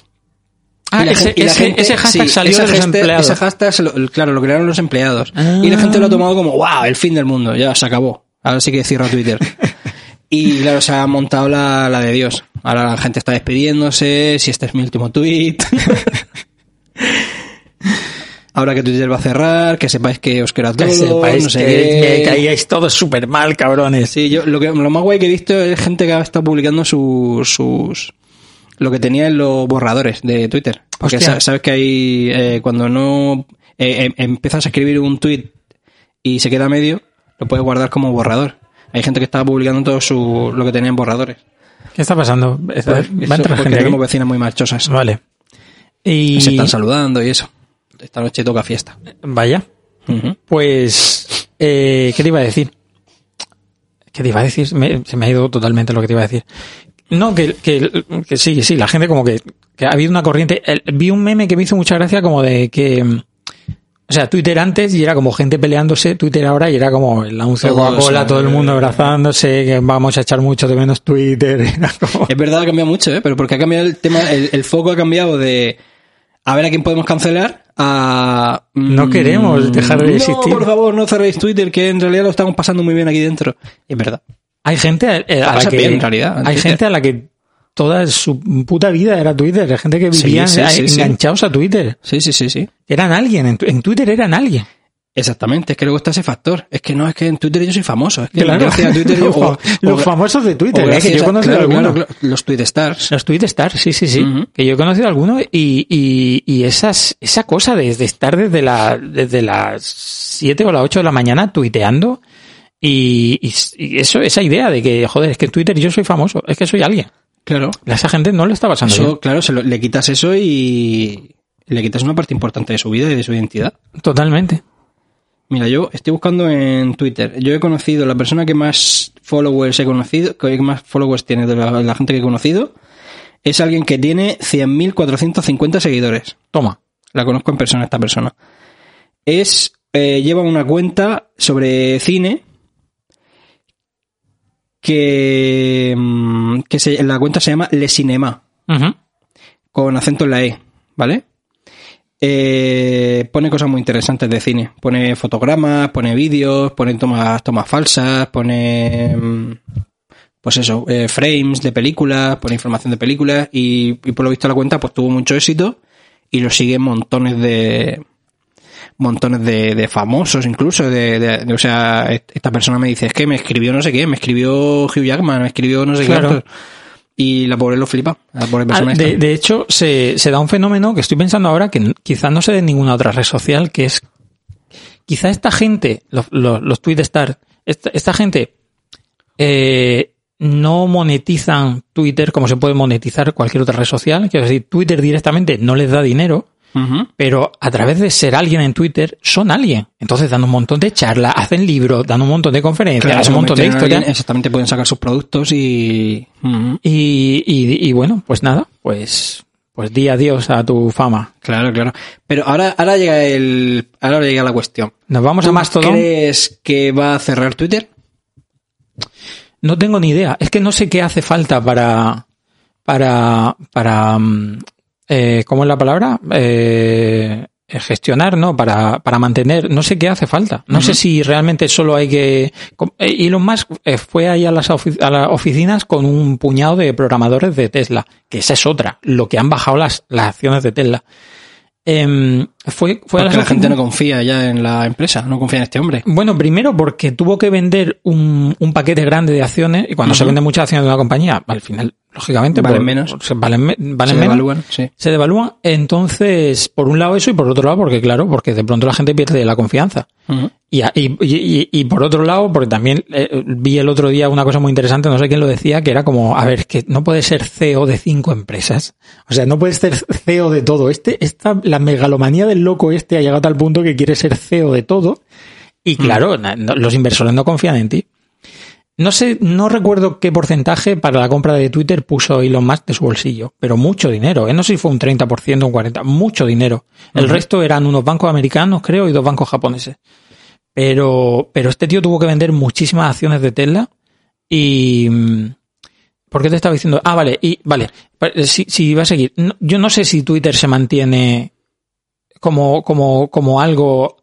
Ese hashtag salió de los empleados. Ese hashtag, lo crearon los empleados. Y la gente lo ha tomado como, wow, el fin del mundo, ya se acabó. Ahora sí que cierra Twitter. Y claro, se ha montado la de Dios. Ahora la gente está despidiéndose, si este es mi último tweet. Ahora que Twitter va a cerrar, que sepáis que os queda todo, que sepáis no sé que caíais todos súper mal, cabrones. Sí, yo lo más guay que he visto es gente que ha estado publicando lo que tenía en los borradores de Twitter. Porque sabes que hay cuando no empiezas a escribir un tweet y se queda a medio, lo puedes guardar como borrador. Hay gente que estaba publicando todo lo que tenía en borradores. ¿Qué está pasando? Porque tenemos vecinas muy marchosas. Vale. Y se están saludando y eso. Esta noche toca fiesta. Vaya. Uh-huh. Pues, ¿qué te iba a decir? Se me ha ido totalmente lo que te iba a decir. No, que sí, la gente como que ha habido una corriente. Vi un meme que me hizo mucha gracia como de que... O sea, Twitter antes y era como gente peleándose, Twitter ahora y era como el anuncio de Coca-Cola, todo el mundo abrazándose, que vamos a echar mucho de menos Twitter. Era como... Es verdad, ha cambiado mucho, pero porque ha cambiado el tema, el foco ha cambiado de a ver a quién podemos cancelar a... No queremos dejar de existir. No, por favor, no cerréis Twitter, que en realidad lo estamos pasando muy bien aquí dentro. Es verdad. Hay gente a la que... Bien, en realidad, hay gente a la que toda su puta vida era Twitter. Hay gente que vivía enganchados a Twitter. Sí. Eran alguien. En Twitter eran alguien. Exactamente. Es que luego está ese factor. Es que en Twitter yo soy famoso. Es que claro. Gracias a Twitter los famosos de Twitter. Que yo he conocido algunos. Claro, los Tweet Stars. Los Tweet Stars, sí. Uh-huh. Que yo he conocido algunos y esa cosa de estar desde las 7 o las 8 de la mañana tuiteando y esa idea de que, joder, es que en Twitter yo soy famoso. Es que soy alguien. Claro. A esa gente no le está pasando eso, bien. Claro, le quitas eso y le quitas una parte importante de su vida y de su identidad. Totalmente. Mira, yo estoy buscando en Twitter. Yo he conocido, la persona que más followers he conocido, que más followers tiene de la gente que he conocido, es alguien que tiene 100.450 seguidores. Toma. La conozco en persona, esta persona. Lleva una cuenta sobre cine que la cuenta se llama Le Cinema, uh-huh. Con acento en la E, ¿vale? Pone cosas muy interesantes de cine. Pone fotogramas, pone vídeos, pone tomas falsas, pone pues eso, frames de películas, pone información de películas y por lo visto la cuenta pues tuvo mucho éxito y lo siguen montones de famosos incluso o sea, esta persona me dice, es que me escribió no sé qué, me escribió Hugh Jackman, me escribió no sé qué, y la pobre lo flipa, la pobre persona de hecho se da un fenómeno que estoy pensando ahora que quizás no se dé en ninguna otra red social, que es quizá esta gente, los tweet stars, esta gente no monetizan Twitter como se puede monetizar cualquier otra red social, quiero decir, Twitter directamente no les da dinero. pero a través de ser alguien en Twitter, son alguien. Entonces dan un montón de charlas, hacen libros, dan un montón de conferencias, hacen un montón de historias. Exactamente, pueden sacar sus productos y bueno, pues nada, pues di adiós a tu fama. Claro. Pero ahora llega la cuestión. Nos vamos a Mastodon. ¿Crees que va a cerrar Twitter? No tengo ni idea. Es que no sé qué hace falta para ¿cómo es la palabra? Gestionar, ¿no? Para mantener. No sé qué hace falta. No sé si realmente solo hay que... Elon Musk fue ahí a las oficinas con un puñado de programadores de Tesla, que esa es otra. Lo que han bajado las acciones de Tesla. Fue porque la gente no confía ya en la empresa, no confía en este hombre. Bueno, primero porque tuvo que vender un paquete grande de acciones, y cuando se venden muchas acciones de una compañía, al final, lógicamente, valen menos. Valen menos. Devalúan, sí. Se devalúan. Entonces, por un lado eso, y por otro lado, porque de pronto la gente pierde la confianza. Y por otro lado, porque también vi el otro día una cosa muy interesante, no sé quién lo decía, que era como, a ver, que no puedes ser CEO de 5 empresas. O sea, no puedes ser CEO de todo. La megalomanía del loco ha llegado a tal punto que quiere ser CEO de todo. Y claro, los inversores no confían en ti. No sé, no recuerdo qué porcentaje para la compra de Twitter puso Elon Musk de su bolsillo, pero mucho dinero. No sé si fue un 30%, un 40%, mucho dinero. El resto eran unos bancos americanos, creo, y 2 bancos japoneses. Pero este tío tuvo que vender muchísimas acciones de Tesla y... ¿Por qué te estaba diciendo? Vale, si va a seguir. Yo no sé si Twitter se mantiene como algo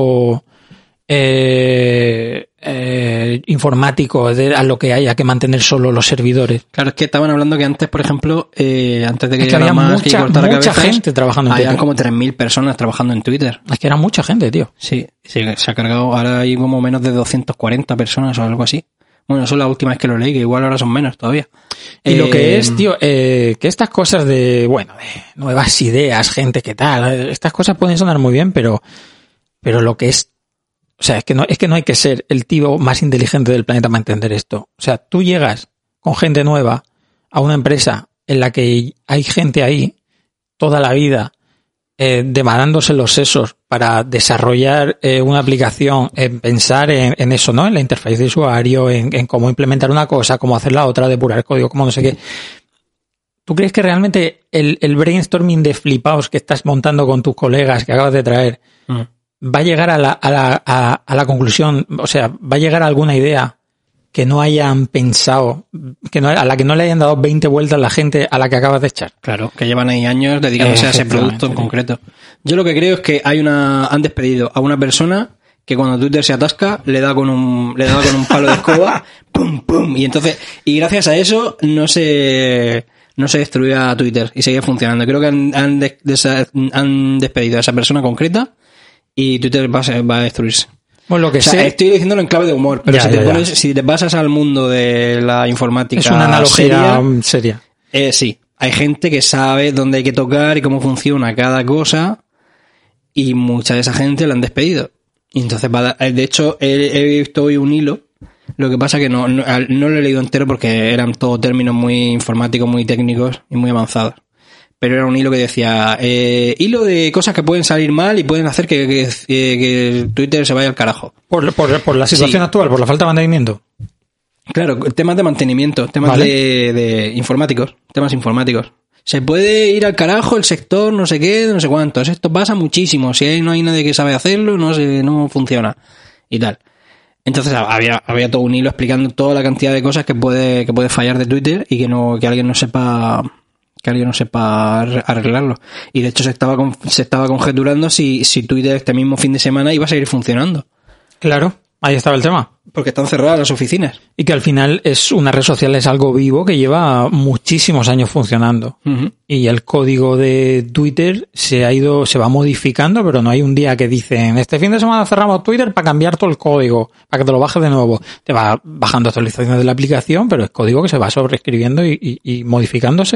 informático a lo que haya que mantener solo los servidores. Claro, es que estaban hablando que antes, por ejemplo, antes de que había mucha gente trabajando en Twitter. Habían como 3.000 personas trabajando en Twitter. Es que era mucha gente, tío. Sí, se ha cargado, ahora hay como menos de 240 personas o algo así. Bueno, eso es la última vez que lo leí, que igual ahora son menos todavía. Y lo que es, tío, que estas cosas de nuevas ideas, gente que tal, estas cosas pueden sonar muy bien, pero lo que es, o sea, es que no hay que ser el tío más inteligente del planeta para entender esto. O sea, tú llegas con gente nueva a una empresa en la que hay gente ahí toda la vida demandándose los sesos para desarrollar una aplicación, pensar en eso, ¿no? En la interfaz de usuario, en cómo implementar una cosa, cómo hacer la otra, depurar código, cómo no sé qué. ¿Tú crees que realmente el brainstorming de flipaos que estás montando con tus colegas que acabas de traer va a llegar a la conclusión, o sea, va a llegar a alguna idea que no hayan pensado, a la que no le hayan dado 20 vueltas la gente a la que acabas de echar? Claro, que llevan ahí años dedicándose a ese producto en concreto. Yo lo que creo es que han despedido a una persona que cuando Twitter se atasca le da con un palo de escoba, pum, pum, y gracias a eso no se destruía Twitter y seguía funcionando. Creo que han despedido a esa persona concreta y Twitter va a destruirse. Bueno, lo que sé, estoy diciéndolo en clave de humor, pero si te pasas al mundo de la informática, es una analogía seria. Sí, hay gente que sabe dónde hay que tocar y cómo funciona cada cosa, y mucha de esa gente la han despedido. Y entonces, de hecho, he visto hoy un hilo. Lo que pasa que no lo he leído entero porque eran todos términos muy informáticos, muy técnicos y muy avanzados. Pero era un hilo que decía, hilo de cosas que pueden salir mal y pueden hacer que Twitter se vaya al carajo. Por la situación actual, por la falta de mantenimiento. Claro, temas de mantenimiento, temas de informáticos, temas informáticos. Se puede ir al carajo el sector, no sé qué, no sé cuántos. Esto pasa muchísimo. Si no hay nadie que sabe hacerlo, no funciona. Y tal. Entonces había todo un hilo explicando toda la cantidad de cosas que puede fallar de Twitter y que alguien no sepa arreglarlo. Y de hecho se estaba conjeturando si Twitter este mismo fin de semana iba a seguir funcionando. Claro, ahí estaba el tema. Porque están cerradas las oficinas. Y que al final es una red social, es algo vivo que lleva muchísimos años funcionando. Uh-huh. Y el código de Twitter se va modificando, pero no hay un día que dicen, este fin de semana cerramos Twitter para cambiar todo el código, para que te lo bajes de nuevo. Te va bajando actualizaciones de la aplicación, pero es código que se va sobreescribiendo y modificándose.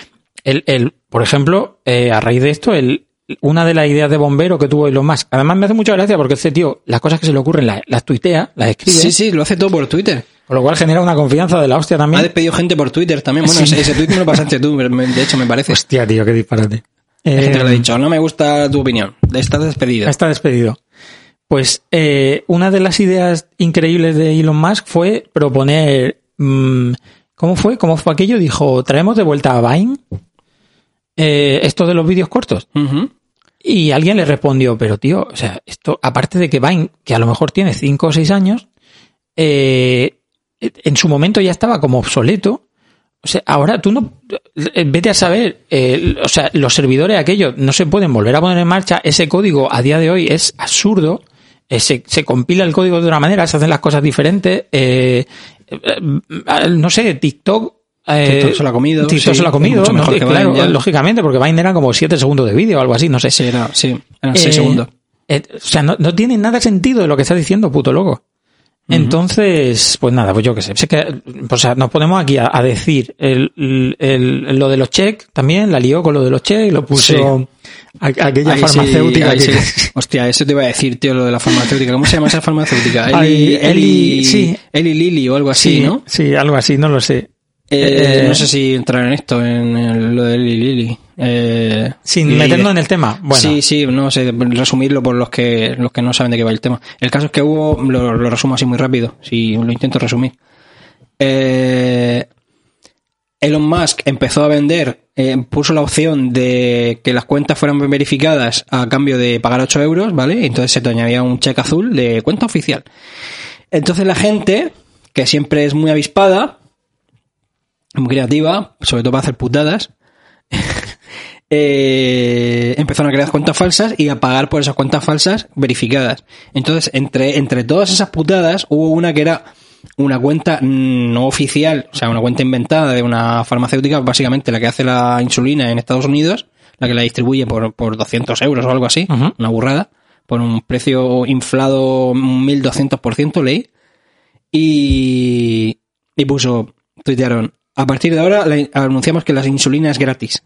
Por ejemplo, a raíz de esto, una de las ideas de bombero que tuvo Elon Musk, además me hace mucha gracia porque este tío, las cosas que se le ocurren las tuitea, las escribe. Sí, lo hace todo por Twitter. Con lo cual genera una confianza de la hostia también. Ha despedido gente por Twitter también. Bueno, sí. ese tweet me lo pasaste tú, de hecho, me parece. Hostia, tío, qué disparate. Hay gente que le ha dicho, no me gusta tu opinión, estás despedido. Está despedido. Pues una de las ideas increíbles de Elon Musk fue proponer... ¿Cómo fue aquello? Dijo, traemos de vuelta a Vine esto de los vídeos cortos. Uh-huh. Y alguien le respondió, pero tío, o sea, esto, aparte de que Vine, que a lo mejor tiene 5 o 6 años, en su momento ya estaba como obsoleto. O sea, ahora tú no, vete a saber, o sea, los servidores aquellos no se pueden volver a poner en marcha. Ese código a día de hoy es absurdo. Se compila el código de una manera, se hacen las cosas diferentes. No sé, TikTok se lo ha comido. TikTok se lo ha comido. Mucho mejor que claro, Vine, lógicamente, porque Vine era como 7 segundos de vídeo o algo así, no sé. Sí, eran 6 segundos. O sea, no tiene nada sentido de lo que está diciendo, puto loco. Entonces, pues nada, pues yo qué sé. Sé que, o sea, nos ponemos aquí a decir lo de los check también, la lió con lo de los check, lo puso aquella ahí farmacéutica. Sí. Hostia, eso te iba a decir, tío, lo de la farmacéutica. ¿Cómo se llama esa farmacéutica? Eli Lilly o algo así, ¿no? Sí, algo así, no lo sé. No sé si entrar en esto, en lo de Eli Lilly. Sin meternos en el tema. Bueno. Sí, no sé, resumirlo por los que no saben de qué va el tema. El caso es que lo resumo así muy rápido, si lo intento resumir. Elon Musk empezó a vender, puso la opción de que las cuentas fueran verificadas a cambio de pagar 8 euros, ¿vale? Entonces se te añadía un cheque azul de cuenta oficial. Entonces la gente, que siempre es muy avispada, muy creativa, sobre todo para hacer putadas, empezaron a crear cuentas falsas y a pagar por esas cuentas falsas verificadas. Entonces, entre todas esas putadas, hubo una que era una cuenta no oficial, o sea, una cuenta inventada de una farmacéutica, básicamente la que hace la insulina en Estados Unidos, la que la distribuye por 200 euros o algo así, una burrada, por un precio inflado 1200%, leí, y tuitearon, a partir de ahora anunciamos que la insulina es gratis.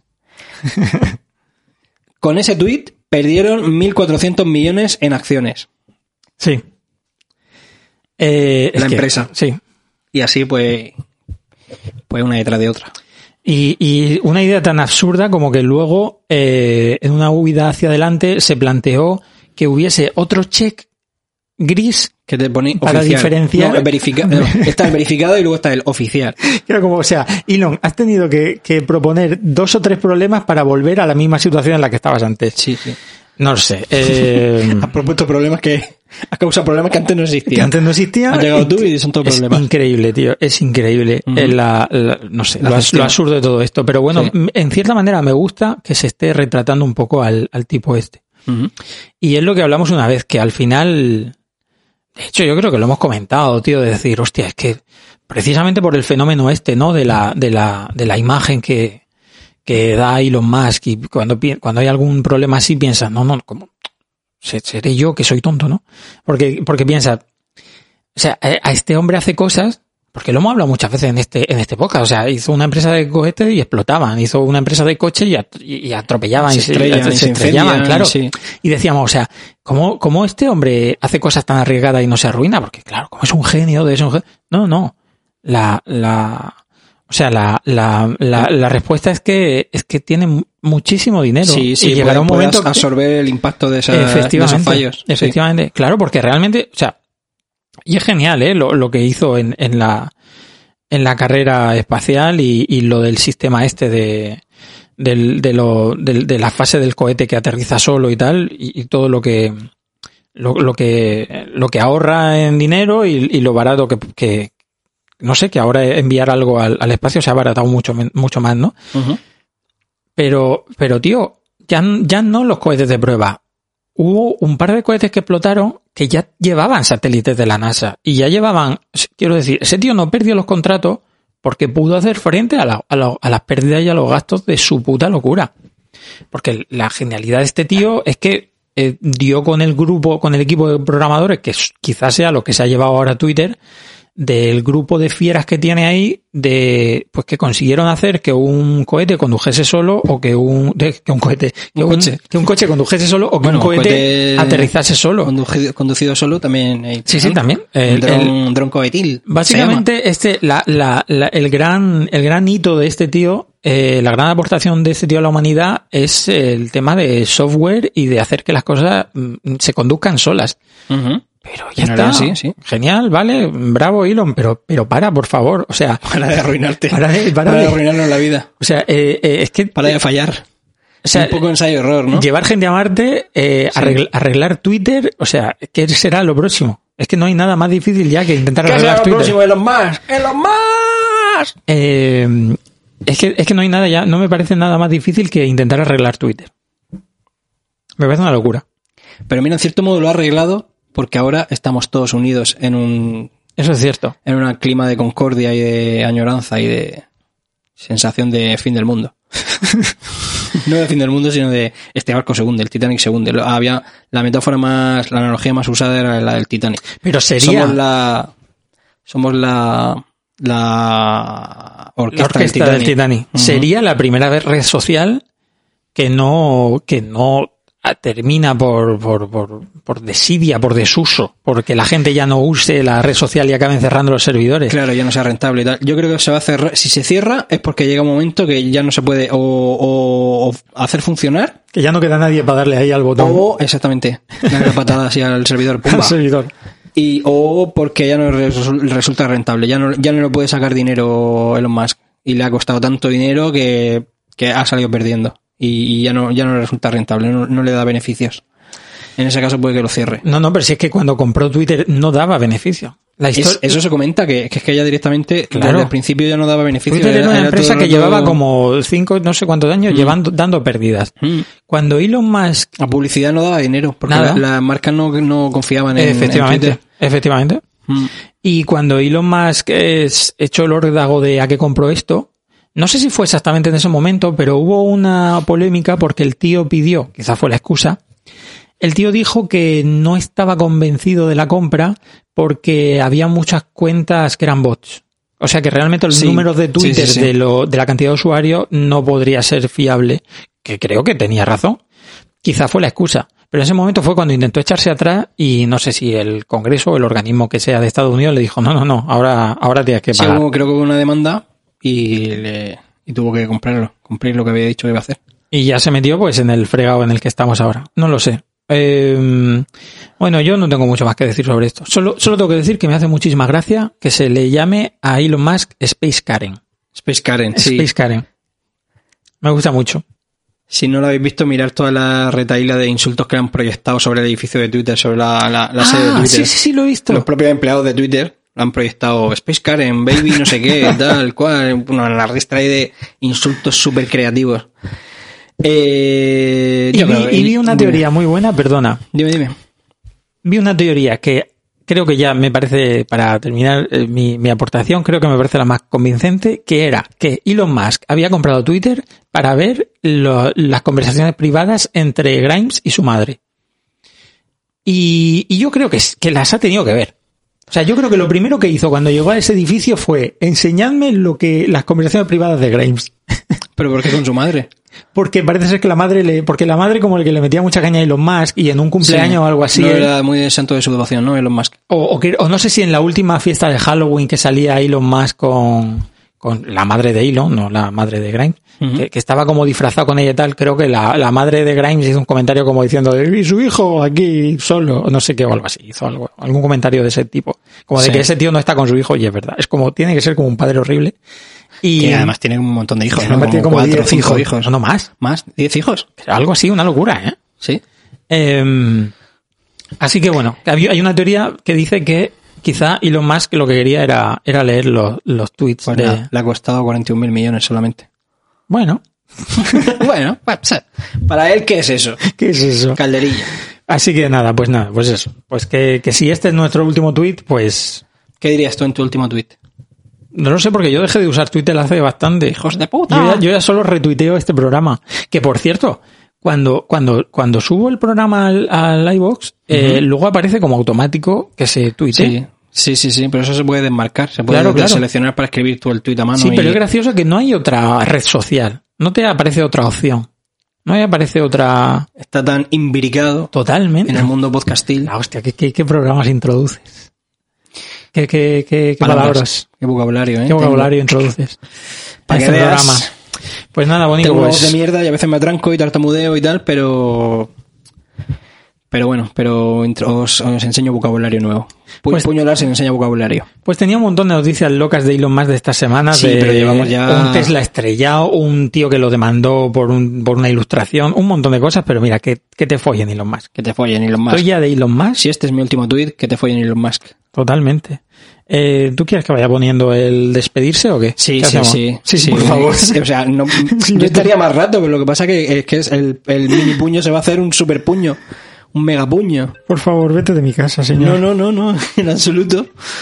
Con ese tuit perdieron 1.400 millones en acciones. Sí. La empresa. Sí. Y así pues una detrás de otra. Y una idea tan absurda como que luego, en una huida hacia adelante, se planteó que hubiese otro check gris que te pone para oficial. Diferenciar. Está el verificado y luego está el oficial. Claro, como, o sea, Elon, has tenido que proponer 2 o 3 problemas para volver a la misma situación en la que estabas antes. Sí. No lo sé. Has propuesto problemas has causado problemas que antes no existían. Que antes no existían. Has llegado tú y son todos problemas. Es increíble, tío. Es increíble. No sé, lo absurdo de todo esto. Pero bueno, en cierta manera me gusta que se esté retratando un poco al tipo este. Y es lo que hablamos una vez, que al final... De hecho, yo creo que lo hemos comentado, tío, de decir, hostia, es que precisamente por el fenómeno este, ¿no? De la imagen que da Elon Musk, y cuando hay algún problema así piensas, no, ¿cómo? Seré yo que soy tonto, ¿no? Porque piensas, o sea, a este hombre hace cosas, porque lo hemos hablado muchas veces en este podcast, o sea, hizo una empresa de cohetes y explotaban, hizo una empresa de coches y atropellaban, se estrellaban, claro. Sí. Y decíamos, o sea, ¿cómo este hombre hace cosas tan arriesgadas y no se arruina? Porque claro, como es un genio de eso, no. La respuesta es que tiene muchísimo dinero. Sí, y llegará un momento que absorber el impacto de esos fallos. Efectivamente, sí. Claro, porque realmente, o sea, y es genial, lo que hizo en la carrera espacial y lo del sistema este de la fase del cohete que aterriza solo y tal, y todo lo que ahorra en dinero y lo barato que no sé, que ahora enviar algo al espacio se ha abaratado mucho más, ¿no? Pero tío, ya no los cohetes de prueba. Hubo un par de cohetes que explotaron que ya llevaban satélites de la NASA y ya llevaban, quiero decir, ese tío no perdió los contratos porque pudo hacer frente a las pérdidas y a los gastos de su puta locura. Porque la genialidad de este tío es que dio con el equipo de programadores, que quizás sea lo que se ha llevado ahora Twitter, del grupo de fieras que tiene ahí, pues que consiguieron hacer que un cohete condujese solo o que un coche condujese solo o que un cohete aterrizase solo. Conducido solo también. Sí, también. Un dron cohetil. Básicamente el gran hito de este tío la gran aportación de este tío a la humanidad es el tema de software y de hacer que las cosas se conduzcan solas. Uh-huh. Pero ya está. Sí. Genial, vale, bravo Elon, pero para, por favor. O sea, para de arruinarte. Para de arruinarnos la vida. O sea, es que... Para de fallar. O sea, un poco ensayo-error, ¿no? Llevar gente a Marte, arreglar Twitter, o sea, ¿qué será lo próximo? Es que no hay nada más difícil ya que intentar arreglar Twitter. ¿Qué será lo próximo? ¡Elon Musk! Es que no hay nada ya, no me parece nada más difícil que intentar arreglar Twitter. Me parece una locura. Pero mira, en cierto modo lo ha arreglado porque ahora estamos todos unidos en un... Eso es cierto. En un clima de concordia y de añoranza y de sensación de fin del mundo. No de fin del mundo, sino de este barco se hunde, el Titanic se hunde. Había la metáfora la analogía más usada era la del Titanic. Pero sería... Somos la orquesta del Titanic. Uh-huh. Sería la primera red social que no termina por desidia, por desuso, porque la gente ya no use la red social y acaben cerrando los servidores. Claro, ya no sea rentable y tal. Yo creo que se va a cerrar. Si se cierra es porque llega un momento que ya no se puede o hacer funcionar. Que ya no queda nadie para darle ahí al botón. O, exactamente, darle patada así al servidor. ¡Pumba! Al servidor. O porque ya no resulta rentable. Ya no le puede sacar dinero Elon Musk. Y le ha costado tanto dinero que ha salido perdiendo. Y ya no resulta rentable, no le da beneficios. En ese caso puede que lo cierre. No, pero si es que cuando compró Twitter no daba beneficio. Eso se comenta, que es que ya directamente, claro, desde el principio ya no daba beneficio. Twitter era una empresa que llevaba como 5, no sé cuántos años, dando pérdidas. Cuando Elon Musk... La publicidad no daba dinero, porque las marcas no confiaban en Twitter. Efectivamente. Y cuando Elon Musk echó el órdago de a qué compró esto, no sé si fue exactamente en ese momento, pero hubo una polémica porque el tío pidió, quizás fue la excusa, el tío dijo que no estaba convencido de la compra porque había muchas cuentas que eran bots. O sea que realmente los números de Twitter de la cantidad de usuarios no podría ser fiable, que creo que tenía razón. Quizás fue la excusa. Pero en ese momento fue cuando intentó echarse atrás y no sé si el Congreso o el organismo que sea de Estados Unidos le dijo no, ahora tienes que pagar. Sí, creo que hubo una demanda y tuvo que cumplir lo que había dicho que iba a hacer. Y ya se metió pues en el fregado en el que estamos ahora. No lo sé. Bueno, yo no tengo mucho más que decir sobre esto. Solo tengo que decir que me hace muchísima gracia que se le llame a Elon Musk Space Karen. Space Karen, sí. Space Karen. Me gusta mucho. Si no lo habéis visto, mirar toda la retaíla de insultos que han proyectado sobre el edificio de Twitter, sobre la sede de Twitter. Sí, lo he visto. Los propios empleados de Twitter han proyectado Space Karen, baby, no sé qué, tal cual. Una ristra de insultos súper creativos. Vi una teoría muy buena, perdona. Dime. Vi una teoría que creo que ya me parece, para terminar mi aportación, creo que me parece la más convincente, que era que Elon Musk había comprado Twitter para ver las conversaciones privadas entre Grimes y su madre. Y yo creo que las ha tenido que ver. O sea, yo creo que lo primero que hizo cuando llegó a ese edificio fue enseñadme las conversaciones privadas de Grimes. ¿Pero por qué con su madre? Porque parece ser que la madre como el que le metía mucha caña a Elon Musk y en un cumpleaños o algo así. No era muy de santo de su devoción, ¿no? Elon Musk. O no sé si en la última fiesta de Halloween que salía Elon Musk con la madre de Elon, no la madre de Grimes, que estaba como disfrazado con ella y tal, creo que la madre de Grimes hizo un comentario como diciendo, ¿y su hijo aquí solo? O no sé qué, o algo así, hizo algún comentario de ese tipo. Como de que ese tío no está con su hijo, y es verdad. Es como, tiene que ser como un padre horrible. Y que además tiene un montón de hijos, ¿no? Tiene como 4 o 5 hijos. No más. ¿Más? ¿10 hijos? Algo así, una locura, ¿eh? Sí. Así que bueno, hay una teoría que dice que quizá Elon Musk lo que quería era leer los tweets. Pues le ha costado 41.000 millones solamente. Bueno. Bueno, para él, ¿qué es eso? ¿Qué es eso? Calderilla. Así que pues eso. Pues que si este es nuestro último tweet, pues... ¿Qué dirías tú en tu último tweet? No lo sé, porque yo dejé de usar Twitter hace bastante. ¡Hijos de puta! Yo ya solo retuiteo este programa. Que, por cierto, cuando subo el programa al iVoox, luego aparece como automático que se tuitee. Sí, pero eso se puede desmarcar. Se puede seleccionar para escribir tú el tuit a mano. Sí, pero es gracioso que no hay otra red social. No te aparece otra opción. No me aparece otra... Está tan imbricado. Totalmente. En el mundo podcastil. Hostia, ¿qué programas introduces? ¿Qué palabras? Qué vocabulario, ¿eh? ¿Qué vocabulario introduces? Para que veas Pues nada, bonito. Tengo Pues voz de mierda y a veces me atranco y tartamudeo y tal, pero bueno, os enseño vocabulario nuevo. Pues- Puño se enseña vocabulario. Pues tenía un montón de noticias locas de Elon Musk de estas semanas. Sí, pero llevamos ya... Un Tesla estrellado, un tío que lo demandó por una ilustración, un montón de cosas, pero mira, que te follen Elon Musk. Que te follen Elon Musk. Estoy ya de Elon Musk. Si este es mi último tuit, que te follen Elon Musk. Totalmente. ¿Tú quieres que vaya poniendo el despedirse o qué? Sí, ¿Qué sí, hacemos? sí, por favor. O sea, no, yo estaría más rato, pero lo que pasa es que es el mini puño se va a hacer un super puño. Un mega puño. Por favor, vete de mi casa, señor. No, en absoluto.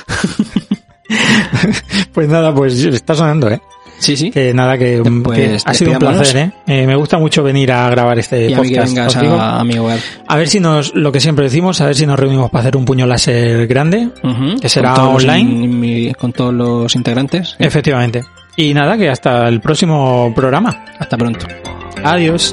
Pues nada, pues está sonando, ¿eh? Sí. Que nada, que ha sido un placer, ¿eh? Me gusta mucho venir a grabar este y a mí que podcast vengas contigo. a mi hogar. A ver si lo que siempre decimos, a ver si nos reunimos para hacer un puño láser grande, que será con online. Con todos los integrantes. Efectivamente. Y nada, que hasta el próximo programa. Hasta pronto. Adiós.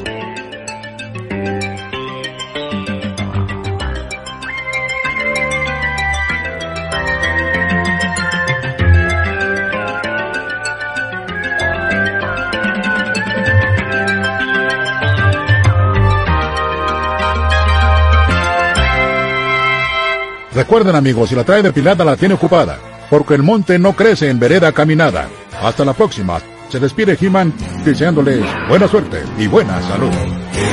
Recuerden, amigos, si la trae depilada la tiene ocupada, porque el monte no crece en vereda caminada. Hasta la próxima. Se despide He-Man deseándoles buena suerte y buena salud.